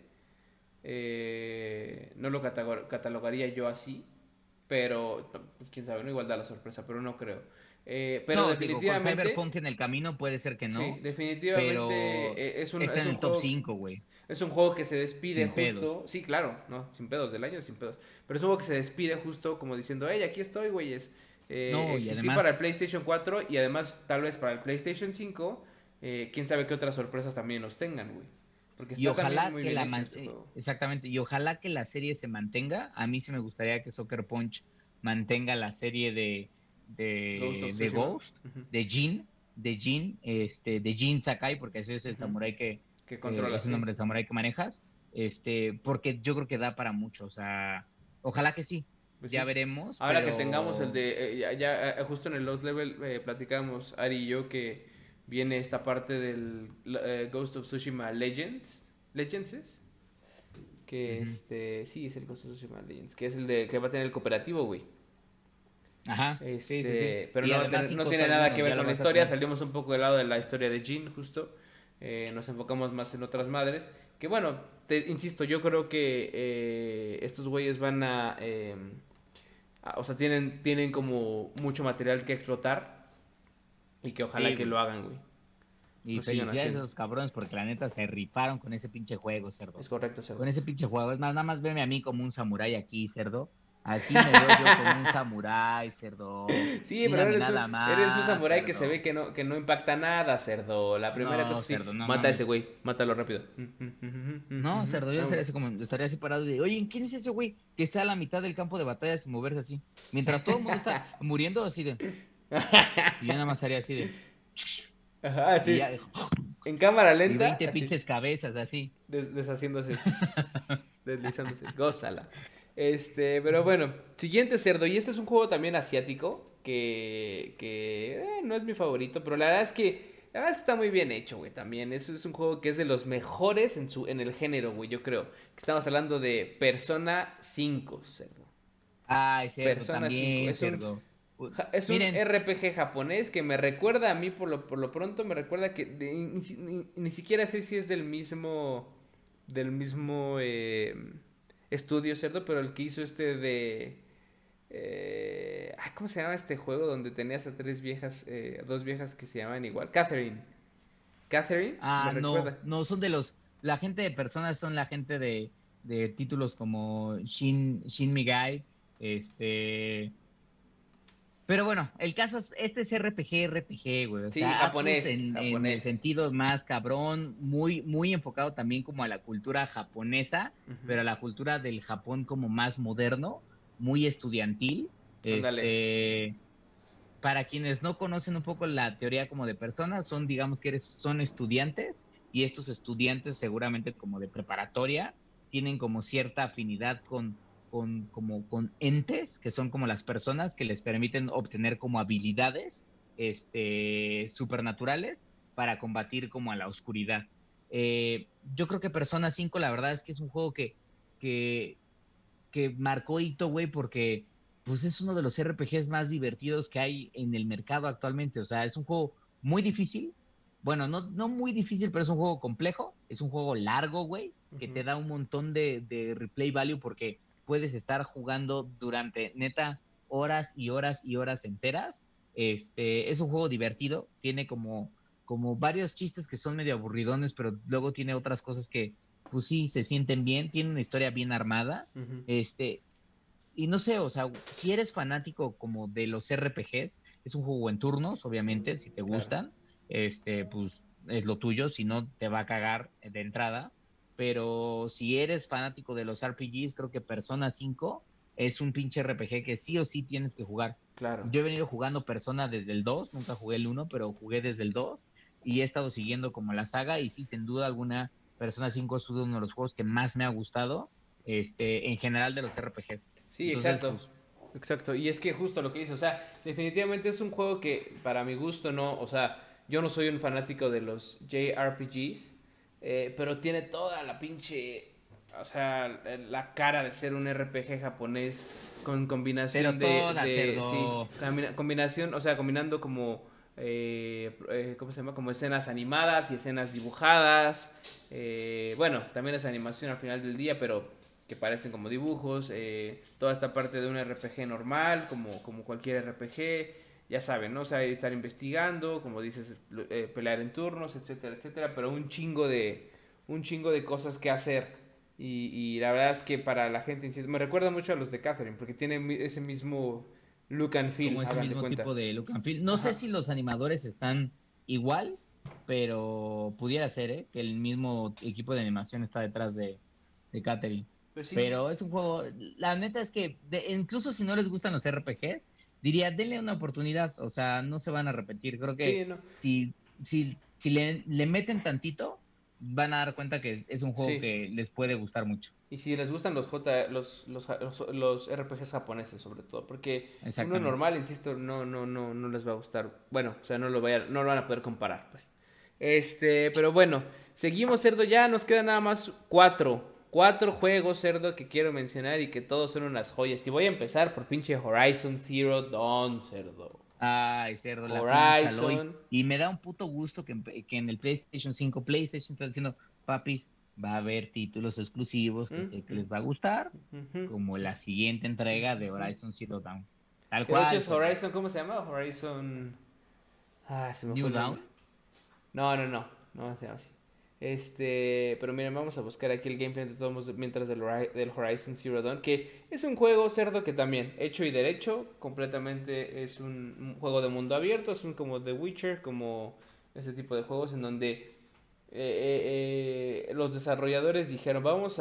No lo catalogaría yo así, pero, pues, quién sabe, no, igual da la sorpresa, pero no creo. Pero No, digo, con definitivamente... Cyberpunk en el camino puede ser que Sí, no, pero definitivamente está en el top 5, güey. es un juego que se despide Sin pedos. justo, sí, claro, no, sin pedos del año, sin pedos, pero es un juego que se despide justo como diciendo, hey, aquí estoy, güeyes, No, y existí para además, el PlayStation 4 y además tal vez para el PlayStation 5, quién sabe qué otras sorpresas también nos tengan, güey, porque y está también ojalá muy que bien hecho este juego. exactamente, y ojalá que la serie se mantenga. A mí sí me gustaría que Soccer Punch mantenga la serie Ghost of de Tsushima, Ghost, ujú, de Jin Sakai, porque ese es el ujú, samurái que controla, es el sí. nombre del samurái que manejas, porque yo creo que da para mucho. O sea, ojalá que sí, Pues ya sí. veremos, Ahora que tengamos el pero de, justo en el Lost Level platicamos Ari y yo que viene esta parte del Ghost of Tsushima Legends es, que ujú. sí, es el Ghost of Tsushima Legends, que es el de que va a tener el cooperativo, güey. Ajá, sí, sí, sí. Pero Y no además sin no costo tiene nada alguno, que ya ver lo con la vas a historia, tener. salimos un poco del lado de la historia de Jin, justo. Nos enfocamos más en otras madres. Que bueno, insisto, yo creo que estos güeyes van o sea, tienen como mucho material que explotar y que ojalá Sí, que lo güey. hagan, güey. Y Lo sigan felicidades a haciendo. esos cabrones porque la neta se rifaron con ese pinche juego, cerdo. Es correcto, cerdo. Con ese pinche juego. Es más, nada más veme a mí como un samurái aquí, cerdo. Aquí me veo yo como un samurái, cerdo. Sí, pero Mírame nada eres un más, samurái que se ve cerdo. que no impacta nada, cerdo. La primera cosa No, sí, cerdo, no mata a ese mames. güey, mátalo rápido. No, cerdo, yo Vámonos. estaría así parado de, oye, ¿quién es ese güey que está a la mitad del campo de batalla sin moverse así? Mientras todo el mundo está muriendo así de, y yo nada más haría así de, Ajá, y sí. ya, En cámara y lenta, 20 así, pinches cabezas así. deshaciéndose, deslizándose, gózala. Pero bueno, siguiente cerdo. Y este es un juego también asiático que no es mi favorito, pero la verdad es que está muy bien hecho, güey, también. Es un juego que es de los mejores en el género, güey, yo creo. Estamos hablando de Persona 5, cerdo. Ay, cerdo, Persona 5. también, cerdo. Pu- Es un Miren, RPG japonés que me recuerda a mí, por lo pronto, me recuerda que ni siquiera sé si es del mismo estudio, cerdo, pero el que hizo ¿cómo se llama este juego donde tenías a dos viejas que se llaman igual? Catherine, me no, recuerda. no, son la gente de personas son la gente de títulos como Shin Megami, este, Pero bueno, el caso es, este es RPG, güey. O Sí, sea, Atlus japonés, en el japonés. sentido más cabrón, muy enfocado también como a la cultura japonesa, Ujú. pero a la cultura del Japón como más moderno, muy estudiantil. Ándale. Para quienes no conocen un poco la teoría como de personas, son, digamos que son estudiantes, y estos estudiantes seguramente como de preparatoria tienen como cierta afinidad con entes, que son como las personas que les permiten obtener como habilidades supernaturales para combatir como a la oscuridad. Yo creo que Persona 5 la verdad es que es un juego que, que marcó hito, güey, porque pues es uno de los RPGs más divertidos que hay en el mercado actualmente. O sea, es un juego muy difícil. Bueno, no muy difícil, pero es un juego complejo. Es un juego largo, güey, que Ujú. te da un montón de replay value porque puedes estar jugando durante, neta, horas y horas y horas enteras. Es un juego divertido. Tiene como varios chistes que son medio aburridones, pero luego tiene otras cosas que, pues sí, se sienten bien. Tiene una historia bien armada. Ujú. este, y no sé, o sea, si eres fanático como de los RPGs, es un juego en turnos, obviamente, si te Claro. gustan, pues es lo tuyo, si no te va a cagar de entrada. Pero si eres fanático de los RPGs, creo que Persona 5 es un pinche RPG que sí o sí tienes que jugar. Claro. Yo he venido jugando Persona desde el 2, nunca jugué el 1, pero jugué desde el 2 y he estado siguiendo como la saga y sí, sin duda alguna, Persona 5 es uno de los juegos que más me ha gustado en general de los RPGs. Sí, Entonces, exacto. pues, Exacto. Y es que justo lo que dice, o sea, definitivamente es un juego que para mi gusto no, o sea, yo no soy un fanático de los JRPGs, pero tiene toda la pinche, o sea, la cara de ser un RPG japonés con combinación pero todas, sí, cerdo. combinación, o sea, combinando como, ¿cómo se llama? Como escenas animadas y escenas dibujadas. Bueno, también es animación al final del día, pero que parecen como dibujos, toda esta parte de un RPG normal, como cualquier RPG, ya saben, ¿no? O sea, estar investigando, como dices, pelear en turnos, etcétera, etcétera, pero un chingo de cosas que hacer. Y la verdad es que para la gente, insisto, me recuerda mucho a los de Catherine, porque tiene ese mismo look and feel, Como ese hagan de mismo cuenta. tipo de look and feel. No sé Ajá. si los animadores están igual, pero pudiera ser, ¿eh? Que el mismo equipo de animación está detrás de Catherine. Pues sí. Pero es un juego, la neta es que incluso si no les gustan los RPGs, diría, denle una oportunidad, o sea, no se van a repetir. Creo Sí, que no. si le meten tantito, van a dar cuenta que es un juego Sí. que les puede gustar mucho. Y si les gustan los RPGs japoneses, sobre todo, porque uno Exactamente. normal, insisto, no les va a gustar. Bueno, o sea, no lo van a poder comparar, pues. Pero bueno, seguimos, cerdo. Ya nos quedan nada más cuatro juegos, cerdo, que quiero mencionar y que todos son unas joyas. Y voy a empezar por pinche Horizon Zero Dawn, cerdo. Ay, cerdo, la pincha Aloy. Horizon. Y me da un puto gusto que en el PlayStation 5, PlayStation está diciendo, papis, va a haber títulos exclusivos que sé que Ujú, les va a gustar, ujú, como la siguiente entrega de ujú. Horizon Zero Dawn. Tal Que de hecho cual, es cerdo. Horizon, ¿cómo se llama? Horizon. Ah, se me fue New el nombre. Dawn. No se llama así. Pero miren, vamos a buscar aquí el gameplay de todos mientras del Horizon Zero Dawn, que es un juego cerdo que también, hecho y derecho, completamente es un juego de mundo abierto, es un como The Witcher, como ese tipo de juegos en donde los desarrolladores dijeron, vamos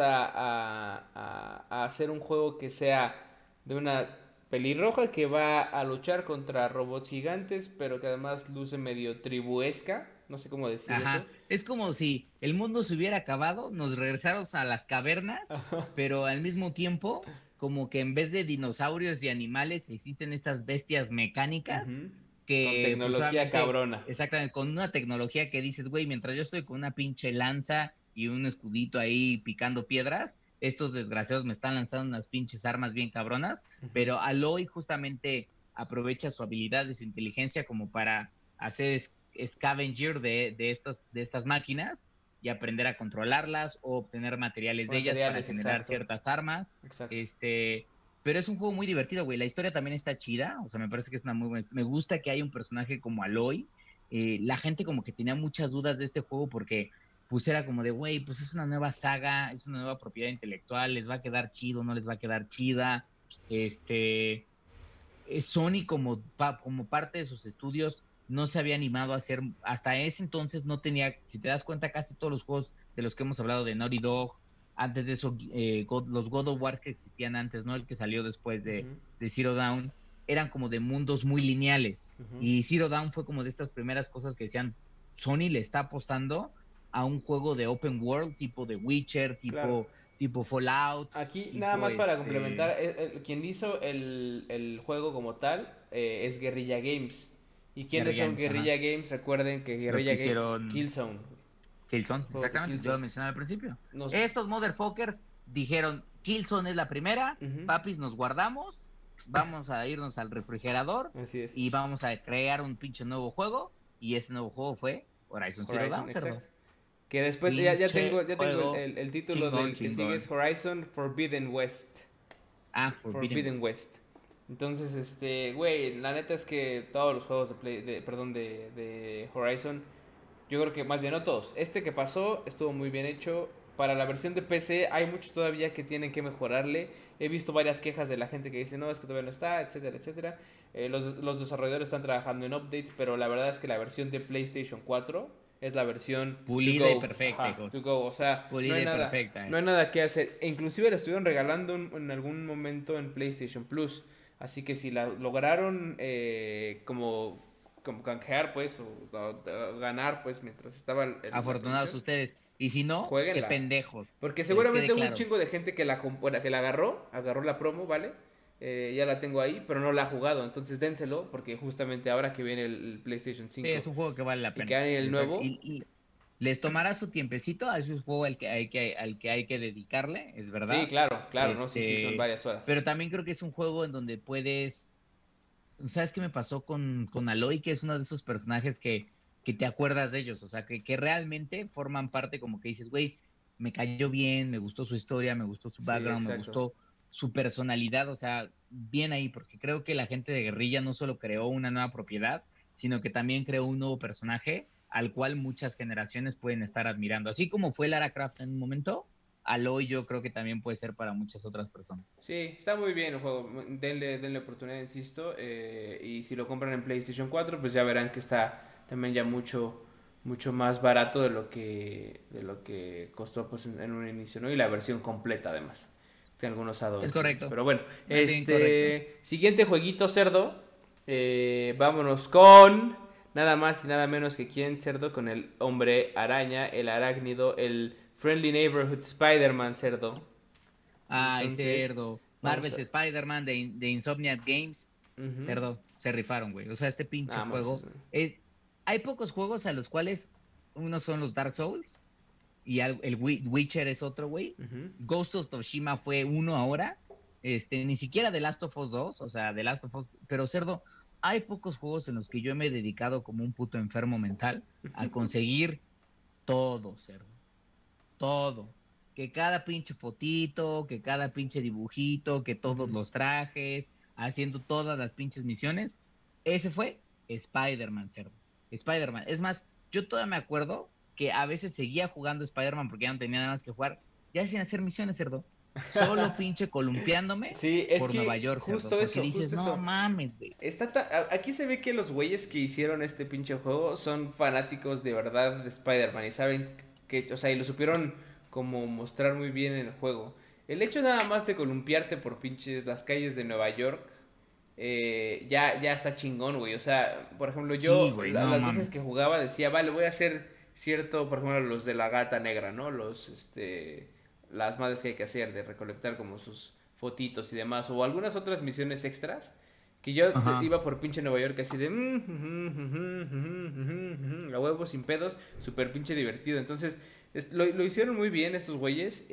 a hacer un juego que sea de una pelirroja que va a luchar contra robots gigantes, pero que además luce medio tribuesca, no sé cómo decir eso. Ajá. Es como si el mundo se hubiera acabado, nos regresamos a las cavernas, pero al mismo tiempo, como que en vez de dinosaurios y animales, existen estas bestias mecánicas Ujú. Con que, pues, tecnología solamente, cabrona. exactamente, con una tecnología que dices, güey, mientras yo estoy con una pinche lanza y un escudito ahí picando piedras, estos desgraciados me están lanzando unas pinches armas bien cabronas, Ujú. pero Aloy justamente aprovecha su habilidad y su inteligencia como para hacer scavenger de estas máquinas y aprender a controlarlas o obtener materiales de ellas para Materiales, generar exacto. ciertas armas. Exacto. Pero es un juego muy divertido, güey. La historia también está chida, o sea, me parece que es una muy buena. Me gusta que haya un personaje como Aloy. La gente como que tenía muchas dudas de este juego porque pues era como de, güey, pues es una nueva saga, es una nueva propiedad intelectual, les va a quedar chido, no les va a quedar chida. Este, Sony como parte de sus estudios no se había animado a hacer, hasta ese entonces no tenía, si te das cuenta, casi todos los juegos de los que hemos hablado de Naughty Dog, antes de eso, los God of War que existían antes, ¿no? El que salió después de Zero Dawn, eran como de mundos muy lineales. Y Zero Dawn fue como de estas primeras cosas que decían, Sony le está apostando a un juego de open world, tipo de Witcher, Claro. tipo Fallout. Aquí, tipo, nada más para complementar, quien hizo el juego como tal es Guerrilla Games. ¿Y quiénes son Games, Guerrilla Games? Recuerden que los Guerrilla que Games... hicieron Killzone. Killzone, Juegos de exactamente, yo Killzone. lo mencionaba al principio. Nos... Estos motherfuckers dijeron, Killzone es la primera, papis, nos guardamos, vamos a irnos al refrigerador Así es. y vamos a crear un pinche nuevo juego, y ese nuevo juego fue Horizon Zero Dawn, cerdo. Que después ya tengo el título chingón, del que sigue, es Horizon Forbidden West. Forbidden West. Entonces, güey, la neta es que todos los juegos de Horizon, yo creo que más bien no todos. Este que pasó estuvo muy bien hecho. Para la versión de PC hay mucho todavía que tienen que mejorarle. He visto varias quejas de la gente que dice, no, es que todavía no está, etcétera, etcétera. Los desarrolladores están trabajando en updates, pero la verdad es que la versión de PlayStation 4 es la versión pulida y perfecta. To go. O sea, pulida no hay nada que hacer. E inclusive la estuvieron regalando en algún momento en PlayStation Plus. Así que si la lograron como canjear, pues, o ganar, pues, mientras estaba afortunados ustedes. Y si no, jueguenla. qué pendejos. Porque seguramente hubo un chingo de gente que la agarró la promo, ¿vale? Ya la tengo ahí, pero no la ha jugado. Entonces dénselo, porque justamente ahora que viene el PlayStation 5. Sí, es un juego que vale la pena. Y que hay el nuevo. Y les tomará su tiempecito, es un juego al que hay que dedicarle, es verdad. Sí, claro, no, sí, son varias horas. Pero también creo que es un juego en donde puedes... ¿Sabes qué me pasó con Aloy? Que es uno de esos personajes que te acuerdas de ellos, o sea, que realmente forman parte, como que dices, güey, me cayó bien, me gustó su historia, me gustó su background, me gustó su personalidad, o sea, bien ahí, porque creo que la gente de Guerrilla no solo creó una nueva propiedad, sino que también creó un nuevo personaje al cual muchas generaciones pueden estar admirando. Así como fue Lara Croft en un momento, Aloy yo creo que también puede ser para muchas otras personas. Sí, está muy bien el juego, denle oportunidad, insisto, y si lo compran en PlayStation 4, pues ya verán que está también ya mucho más barato de lo que costó pues en un inicio, ¿no? Y la versión completa además. Tiene algunos add-ons. Es correcto. Pero bueno, siguiente jueguito, cerdo. Vámonos con nada más y nada menos que quién, cerdo, con el hombre araña, el arácnido, el Friendly Neighborhood Spider-Man, cerdo. Ay, cerdo. Marvel's Spider-Man de Insomniac Games. Cerdo, se rifaron, güey. O sea, este pinche juego. Hay pocos juegos a los cuales unos son los Dark Souls y el Witcher es otro, güey. Ghost of Tsushima fue uno ahora. Ni siquiera The Last of Us 2, o sea, The Last of Us. Pero, cerdo, hay pocos juegos en los que yo me he dedicado como un puto enfermo mental a conseguir todo, cerdo. Todo. Que cada pinche fotito, que cada pinche dibujito, que todos los trajes, haciendo todas las pinches misiones. Ese fue Spider-Man, cerdo. Spider-Man. Es más, yo todavía me acuerdo que a veces seguía jugando Spider-Man porque ya no tenía nada más que jugar, ya sin hacer misiones, cerdo. Solo pinche columpiándome por Nueva York, justo cerdo. eso, dices, justo no eso. mames, güey. Aquí se ve que los güeyes que hicieron este pinche juego son fanáticos de verdad de Spider-Man y saben que, o sea, y lo supieron como mostrar muy bien en el juego. El hecho nada más de columpiarte por pinches las calles de Nueva York, ya está chingón, güey. O sea, por ejemplo, yo Sí, güey, las veces que jugaba decía, vale, voy a hacer cierto, por ejemplo, los de la gata negra, ¿no? Las madres que hay que hacer, de recolectar como sus fotitos y demás, o algunas otras misiones extras, que yo iba por pinche Nueva York así de a huevo sin pedos, súper pinche divertido. Entonces, lo hicieron muy bien estos güeyes,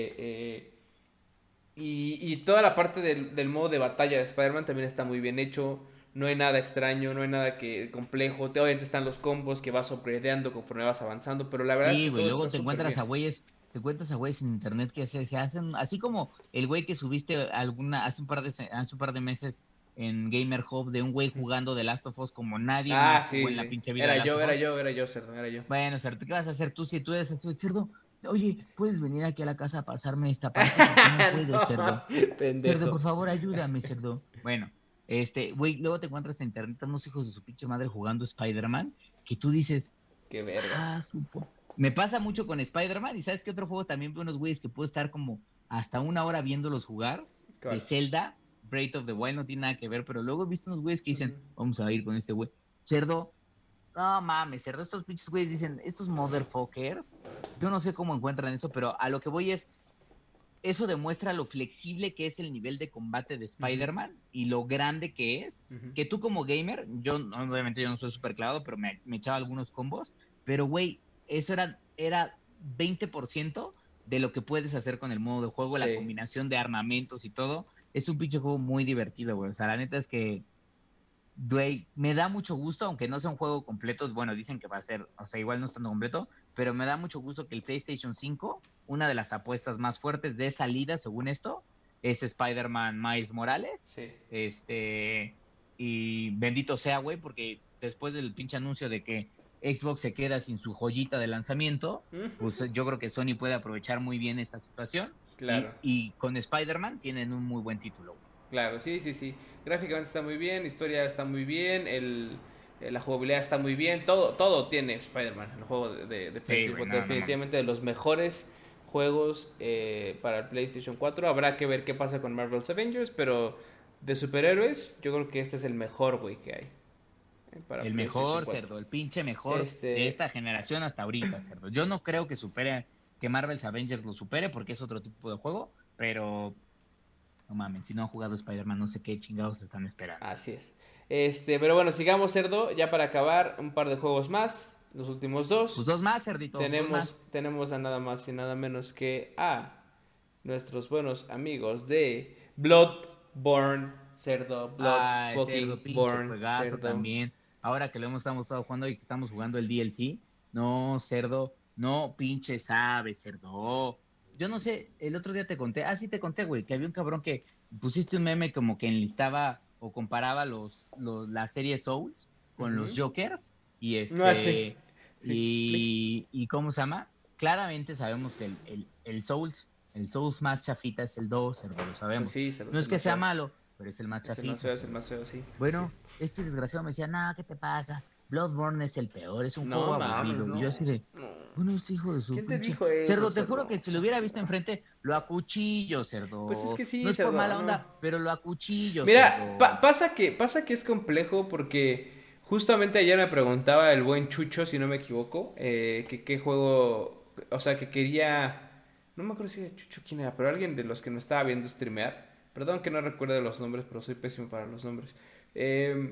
y toda la parte del modo de batalla de Spider-Man también está muy bien hecho. No hay nada extraño, no hay nada que complejo. Obviamente están los combos que vas upgradeando conforme vas avanzando, pero la verdad es que todo luego está te encuentras a güeyes en internet que se hacen, así como el güey que subiste hace un par de meses en Gamer Hub de un güey jugando The Last of Us como nadie más jugó en la pinche vida. Era yo, cerdo, era yo. Bueno, cerdo, ¿qué vas a hacer tú si tú eres cerdo? Oye, ¿puedes venir aquí a la casa a pasarme esta parte? No puedes, cerdo. Pendejo. Cerdo, por favor, ayúdame, cerdo. Bueno, Güey, luego te encuentras en internet a unos hijos de su pinche madre jugando Spider-Man, que tú dices, Qué verga. Me pasa mucho con Spider-Man, y ¿sabes qué otro juego también veo unos güeyes que puedo estar como hasta una hora viéndolos jugar? De ¿Cuál? Zelda, Breath of the Wild, no tiene nada que ver, pero luego he visto unos güeyes que dicen, Ujú. vamos a ir con este güey. Cerdo, no mames, cerdo, estos pinches güeyes dicen, estos motherfuckers, yo no sé cómo encuentran eso, pero a lo que voy es, eso demuestra lo flexible que es el nivel de combate de Ujú. Spider-Man y lo grande que es, Ujú. que tú como gamer, obviamente yo no soy súper clavado, pero me echaba algunos combos, pero güey, eso era 20% de lo que puedes hacer con el modo de juego, la Sí. combinación de armamentos y todo. Es un pinche juego muy divertido, güey. O sea, la neta es que güey, me da mucho gusto, aunque no sea un juego completo, bueno, dicen que va a ser, o sea, igual no estando completo, pero me da mucho gusto que el PlayStation 5, una de las apuestas más fuertes de salida, según esto, es Spider-Man Miles Morales. Sí. Y bendito sea, güey, porque después del pinche anuncio de que Xbox se queda sin su joyita de lanzamiento, Ujú. pues yo creo que Sony puede aprovechar muy bien esta situación Claro. y con Spider-Man tienen un muy buen título, güey. Claro, sí, sí, sí. Gráficamente está muy bien, la historia está muy bien, la jugabilidad está muy bien, todo tiene Spider-Man, el juego de Sí, PlayStation güey, 4, no, no mames. definitivamente de los mejores juegos para el PlayStation 4. Habrá que ver qué pasa con Marvel's Avengers, pero de superhéroes, yo creo que este es el mejor, güey, que hay para El PlayStation mejor, 4. cerdo, el pinche mejor de Este, esta generación hasta ahorita, cerdo. Yo no creo que Marvel's Avengers lo supere porque es otro tipo de juego, pero no mames, si no han jugado Spider-Man, no sé qué chingados están esperando. Así es. Pero bueno, sigamos, cerdo, ya para acabar, un par de juegos más, los últimos Pues dos. dos más, cerdito, dos más. Tenemos a nada más y nada menos que a nuestros buenos amigos de Bloodborne, cerdo, Blood Ay, cerdo, fucking pinche born, juegazo cerdo. también. Ahora que lo hemos estado jugando y que estamos jugando el DLC, no, cerdo, no, pinche sabe, cerdo. Yo no sé, el otro día te conté, sí te conté, güey, que había un cabrón que pusiste un meme como que enlistaba o comparaba la serie Souls con los Ujú. Jokers y No así. Sí, please. y ¿cómo se llama? Claramente sabemos que el Souls más chafita es el 2, cerdo, lo Pues sabemos. sí, cerdo, No es es el que más sea feo. malo, pero es el más Es el más chafita, feo, es el cerdo. más feo, sí. Sí. Bueno, este desgraciado me decía, nada, ¿qué te pasa? Bloodborne es el peor, es un No juego mames, aburrido. Y yo no. así de, No. bueno, este hijo de su ¿Quién te pinche... dijo eso, Cerdo, te juro cerdo? que si lo hubiera visto enfrente, lo acuchillo, Pues es cerdo. que No sí, es por cerdo, mala no. onda, pero lo acuchillo, Mira, cerdo. pasa que es complejo porque justamente ayer me preguntaba el buen Chucho, si no me equivoco, que qué juego, o sea, que quería, no me acuerdo si era Chucho quién era, pero alguien de los que no estaba viendo streamear, perdón que no recuerde los nombres, pero soy pésimo para los nombres, eh,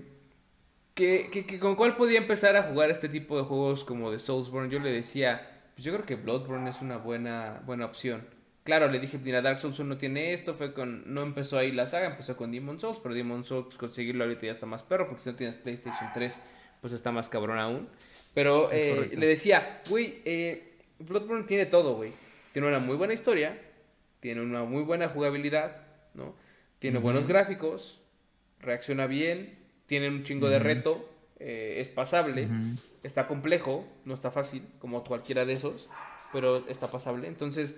que con cuál podía empezar a jugar este tipo de juegos como de Soulsborne. Yo le decía, pues yo creo que Bloodborne es una buena opción. Claro, le dije, mira, Dark Souls 1 tiene esto, no empezó ahí la saga, empezó con Demon Souls, pero Demon Souls pues, conseguirlo ahorita ya está más perro, porque si no tienes PlayStation 3, pues está más cabrón aún. Pero Es le correcto. decía, güey, Bloodborne tiene todo, güey. Tiene una muy buena historia, tiene una muy buena jugabilidad, ¿no? Tiene buenos Ujú, gráficos, reacciona bien, tiene un chingo de ujú, reto, es pasable, ujú. está complejo, no está fácil, como cualquiera de esos, pero está pasable. Entonces,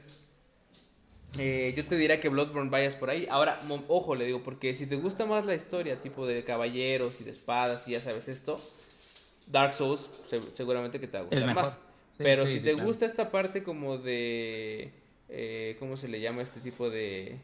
yo te diría que Bloodborne vayas por ahí. Ahora, ojo, le digo, porque si te gusta más la historia, tipo de caballeros y de espadas y ya sabes esto, Dark Souls seguramente que te va a Es gustar más. mejor. Sí, Pero sí, si sí, te claro. gusta esta parte como de... ¿cómo se le llama este tipo de...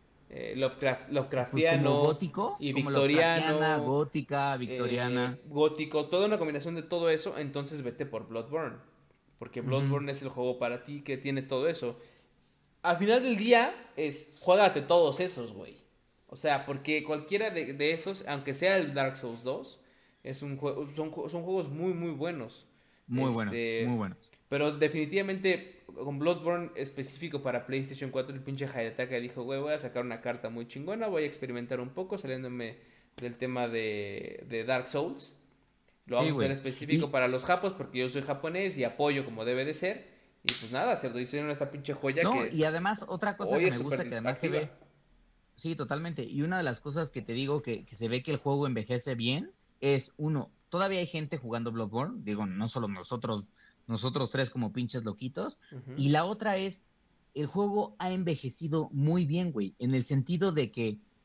Pues como Lovecraftiano gótico, y como Lovecraftiana, victoriano, gótica, victoriana. gótico, toda una combinación de todo eso, entonces vete por Bloodborne. Porque Ujú. Bloodborne es el juego para ti que tiene todo eso. Al final del día es, juégate todos esos, güey. O sea, porque cualquiera de esos, aunque sea el Dark Souls 2, son juegos muy buenos. Muy buenos, muy Este, buenos. pero definitivamente con Bloodborne específico para PlayStation 4, el pinche Hayataka dijo, güey, voy a sacar una carta muy chingona, voy a experimentar un poco saliéndome del tema de Dark Souls. Lo Sí, vamos a hacer güey. específico Y para los japos porque yo soy japonés y apoyo como debe de ser. Y pues nada, cerdo, hicieron esta pinche joya no, que y además otra cosa hoy que es me súper gusta, que además se activa. ve, sí, totalmente. Y una de las cosas que te digo que se ve que el juego envejece bien es, uno, todavía hay gente jugando Bloodborne, digo, no solo nosotros tres como pinches loquitos. Ujú. Y la otra es, el juego ha envejecido muy bien, güey, en el sentido de que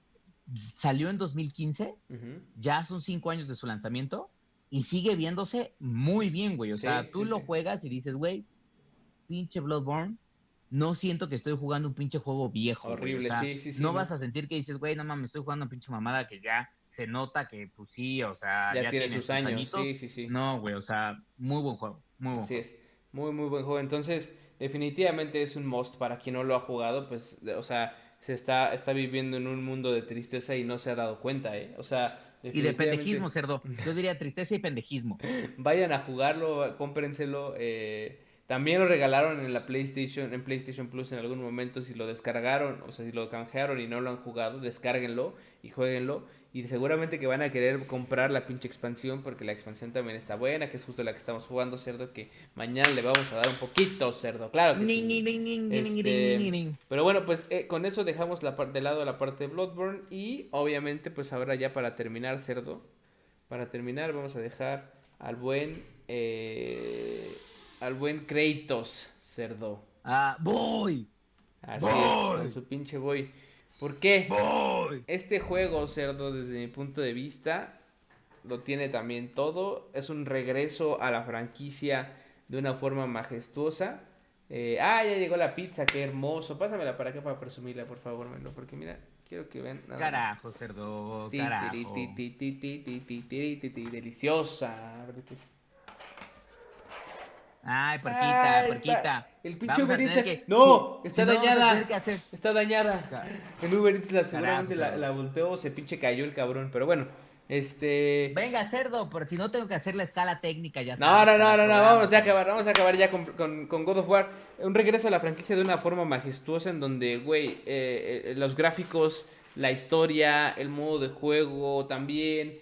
salió en 2015, ya son 5 años de su lanzamiento y sigue viéndose muy bien, güey. O sea, tú lo juegas y dices, güey, pinche Bloodborne, no siento que estoy jugando un pinche juego viejo, horrible, güey. O sea, no vas a sentir que dices, güey, no mames, estoy jugando una pinche mamada que ya se nota que, pues sí, o sea, ya tiene sus años, añitos. Sí. No, güey, o sea, muy buen juego, muy buen juego. Así es, muy, muy buen juego. Entonces, definitivamente es un must para quien no lo ha jugado, pues, o sea, está viviendo en un mundo de tristeza y no se ha dado cuenta, ¿eh? O sea, y de pendejismo, cerdo. Yo diría tristeza y pendejismo. Vayan a jugarlo, cómprenselo. También lo regalaron en la PlayStation, en PlayStation Plus en algún momento. Si lo descargaron, o sea, si lo canjearon y no lo han jugado, descárguenlo y jueguenlo. Y seguramente que van a querer comprar la pinche expansión, porque la expansión también está buena, que es justo la que estamos jugando, cerdo, que mañana le vamos a dar un poquito, cerdo, claro que sí. Pero bueno, pues con eso dejamos de lado la parte de Bloodborne y obviamente pues ahora ya para terminar, cerdo, para terminar vamos a dejar al buen Kratos, cerdo. Voy. Así es, con su pinche boy. ¿Por qué? Este juego, cerdo, desde mi punto de vista, lo tiene también todo. Es un regreso a la franquicia de una forma majestuosa. Ya llegó la pizza, qué hermoso. Pásamela para acá para presumirla, por favor, Melo, porque mira, quiero que vean. Carajo, cerdo, carajo. Deliciosa. Ay, puerquita. El pinche Uber Eats. No, está dañada. Está dañada. El Uber Eats seguramente la volteó, se pinche cayó el cabrón. Pero bueno, Venga, cerdo, por si no tengo que hacer la escala técnica, ya sabes. No, vamos a acabar ya con God of War. Un regreso a la franquicia de una forma majestuosa en donde, güey, los gráficos, la historia, el modo de juego también.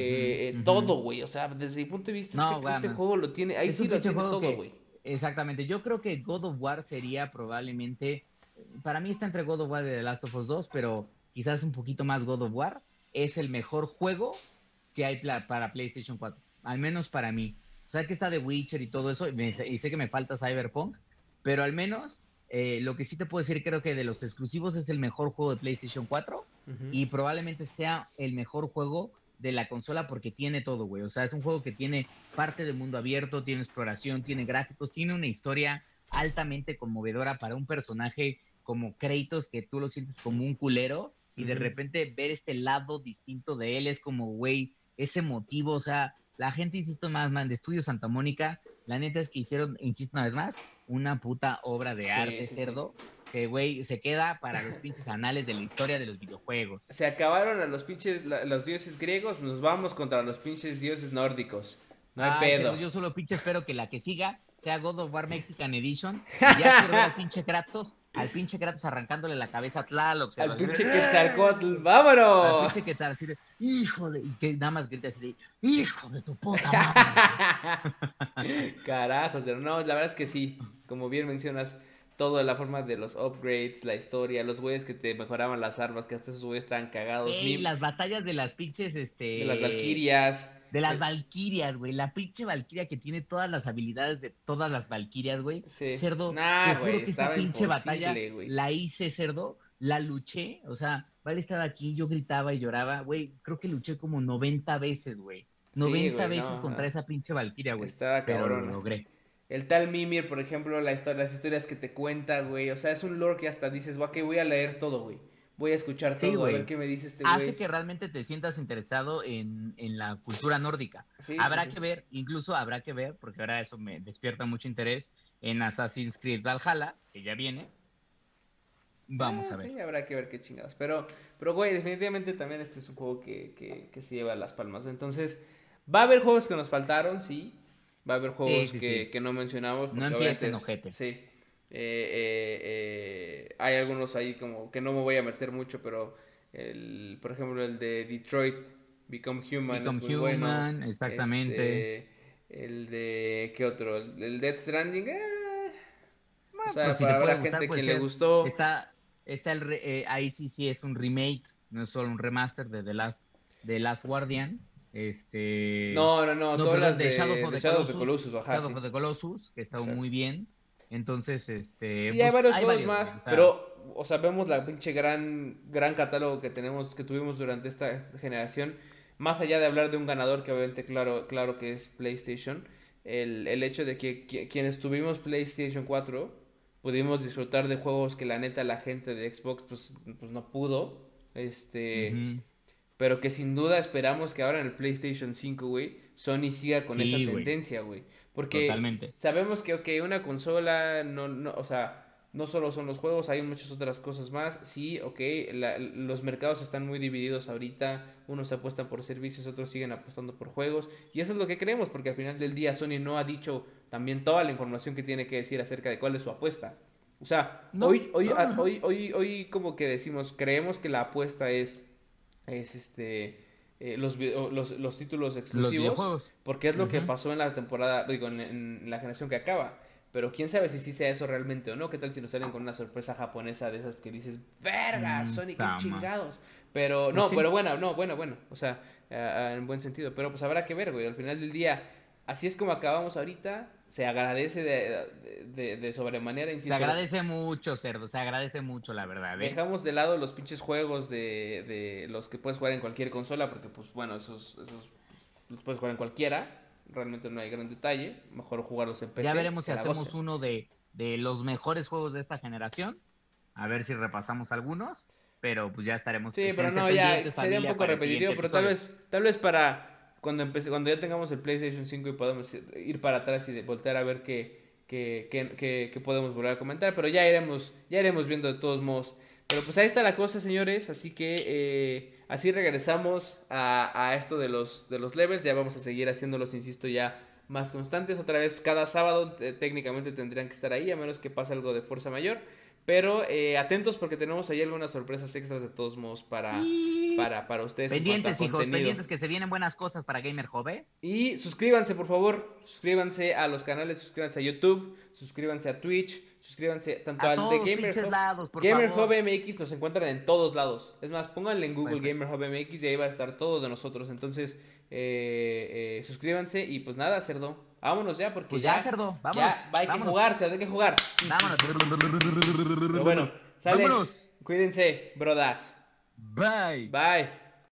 Todo, güey, o sea, desde mi punto de vista este juego lo tiene, ahí sí lo tiene todo, güey. Exactamente, yo creo que God of War sería probablemente, para mí está entre God of War y The Last of Us 2, pero quizás un poquito más God of War, es el mejor juego que hay para PlayStation 4, al menos para mí. O sea que está The Witcher y todo eso, y sé que me falta Cyberpunk, pero al menos lo que sí te puedo decir, creo que de los exclusivos es el mejor juego de PlayStation 4 y probablemente sea el mejor juego de la consola porque tiene todo, güey. O sea, es un juego que tiene parte de mundo abierto, tiene exploración, tiene gráficos, tiene una historia altamente conmovedora para un personaje como Kratos, que tú lo sientes como un culero, y de repente ver este lado distinto de él es como, güey, ese motivo, o sea, la gente, insisto más, man, de Estudio Santa Mónica, la neta es que hicieron, insisto una vez más, una puta obra de arte, cerdo. Que, güey, se queda para los pinches anales de la historia de los videojuegos. Se acabaron a los pinches, los dioses griegos, nos vamos contra los pinches dioses nórdicos. No hay pedo. Yo solo pinche espero que la que siga sea God of War Mexican Edition. Y ya quiero ver al pinche Kratos arrancándole la cabeza a Tlaloc. Al pinche Quetzalcóatl, ¡vámonos! Al pinche Quetzalcóatl, así de, hijo de, y que nada más grita así de, hijo de tu puta madre. Carajos, no, la verdad es que sí, como bien mencionas, toda la forma de los upgrades, la historia, los güeyes que te mejoraban las armas, que hasta esos güeyes estaban cagados. Las batallas de las pinches, de las valquirias. De las valquirias, güey. La pinche valquiria que tiene todas las habilidades de todas las valquirias, güey. Sí. Cerdo, te juro que esa pinche batalla la hice, cerdo, la luché. O sea, Vale estaba aquí, yo gritaba y lloraba, güey. Creo que luché como 90 veces, güey. 90 veces contra esa pinche valquiria, güey. Estaba cabrón. Pero lo logré. El tal Mimir, por ejemplo, las historias que te cuenta, güey. O sea, es un lore que hasta dices, guau, que voy a leer todo, güey. Voy a escuchar todo, a ver qué me dice este güey. Hace que realmente te sientas interesado en la cultura nórdica. Habrá que ver, incluso habrá que ver, porque ahora eso me despierta mucho interés, en Assassin's Creed Valhalla, que ya viene. Vamos a ver. Sí, habrá que ver qué chingados. Pero güey, definitivamente también este es un juego que se lleva las palmas. Entonces, va a haber juegos que nos faltaron, sí. Va a haber juegos que no mencionamos. No empiecen ojetes. Sí. Hay algunos ahí como que no me voy a meter mucho, pero por ejemplo el de Detroit Become Human es muy bueno. Exactamente. El de ¿qué otro? El Death Stranding. O sea, pues para habrá gente que le gustó. Ahí sí es un remake, no es solo un remaster de The Last Guardian. No, todas las de Shadow of the Colossus, Shadow of the Colossus, que está muy bien. Entonces, sí, hay varios juegos más, pero o sea, vemos la pinche gran catálogo que tuvimos durante esta generación, más allá de hablar de un ganador que obviamente claro que es PlayStation, el hecho de que quienes tuvimos PlayStation 4 pudimos disfrutar de juegos que la neta la gente de Xbox pues no pudo, Ujú. pero que sin duda esperamos que ahora en el PlayStation 5, güey, Sony siga con esa Sí, güey, tendencia, güey. Porque totalmente. sabemos que, ok, una consola, o sea, no solo son los juegos, hay muchas otras cosas más. Sí, ok, los mercados están muy divididos ahorita. Unos apuestan por servicios, otros siguen apostando por juegos. Y eso es lo que creemos, porque al final del día Sony no ha dicho también toda la información que tiene que decir acerca de cuál es su apuesta. O sea, No, no, no, no. hoy como que decimos, creemos que la apuesta es los títulos Los exclusivos, videojuegos. porque es lo que Ujú. pasó en la temporada, digo, en la generación que acaba. Pero quién sabe si sí sea eso realmente o no. ¿Qué tal si nos salen con una sorpresa japonesa de esas que dices, verga, Sony, qué Tama. chingados? Pero, Pues no, sí. pero bueno, no, bueno. O sea, en buen sentido. Pero pues habrá que ver, güey. Al final del día, así es como acabamos ahorita. Se agradece de sobremanera, Se insisto. agradece mucho, cerdo, se agradece mucho, la verdad, ¿eh? Dejamos de lado los pinches juegos de los que puedes jugar en cualquier consola, porque pues bueno, esos los puedes jugar en cualquiera, realmente no hay gran detalle, mejor jugarlos en Ya PC, veremos si que la hacemos gocen. uno de los mejores juegos de esta generación. A ver si repasamos algunos. Pero pues ya estaremos. Sí, pero Esténse no, ya pendientes, sería un familia, poco para el siguiente repetitivo, pero episodio. tal vez para cuando ya tengamos el PlayStation 5 y podamos ir para atrás y voltear a ver qué podemos volver a comentar, pero ya iremos viendo de todos modos. Pero pues ahí está la cosa, señores, así que así regresamos a esto de los levels, ya vamos a seguir haciéndolos, insisto, ya más constantes, otra vez cada sábado técnicamente tendrían que estar ahí, a menos que pase algo de fuerza mayor. Pero atentos porque tenemos ahí algunas sorpresas extras de todos modos Y para ustedes en cuanto a pendientes, hijos, contenido. pendientes que se vienen buenas cosas para Gamer Jove. Y suscríbanse, por favor. Suscríbanse a los canales, suscríbanse a YouTube, suscríbanse a Twitch, suscríbanse tanto A al de todos Gamer pinches Hub. lados, por Gamer Hub favor. MX nos encuentran en todos lados. Es más, pónganle en Google Perfecto. Gamer Hub MX y ahí va a estar todo de nosotros. Entonces, suscríbanse y pues nada, cerdo. Vámonos ya porque Pues ya, cerdo, vámonos, ya hay que vámonos, jugar, cerdo, hay que jugar. vámonos. Pero bueno, sale. Vámonos. Cuídense, brodas. Bye. Bye.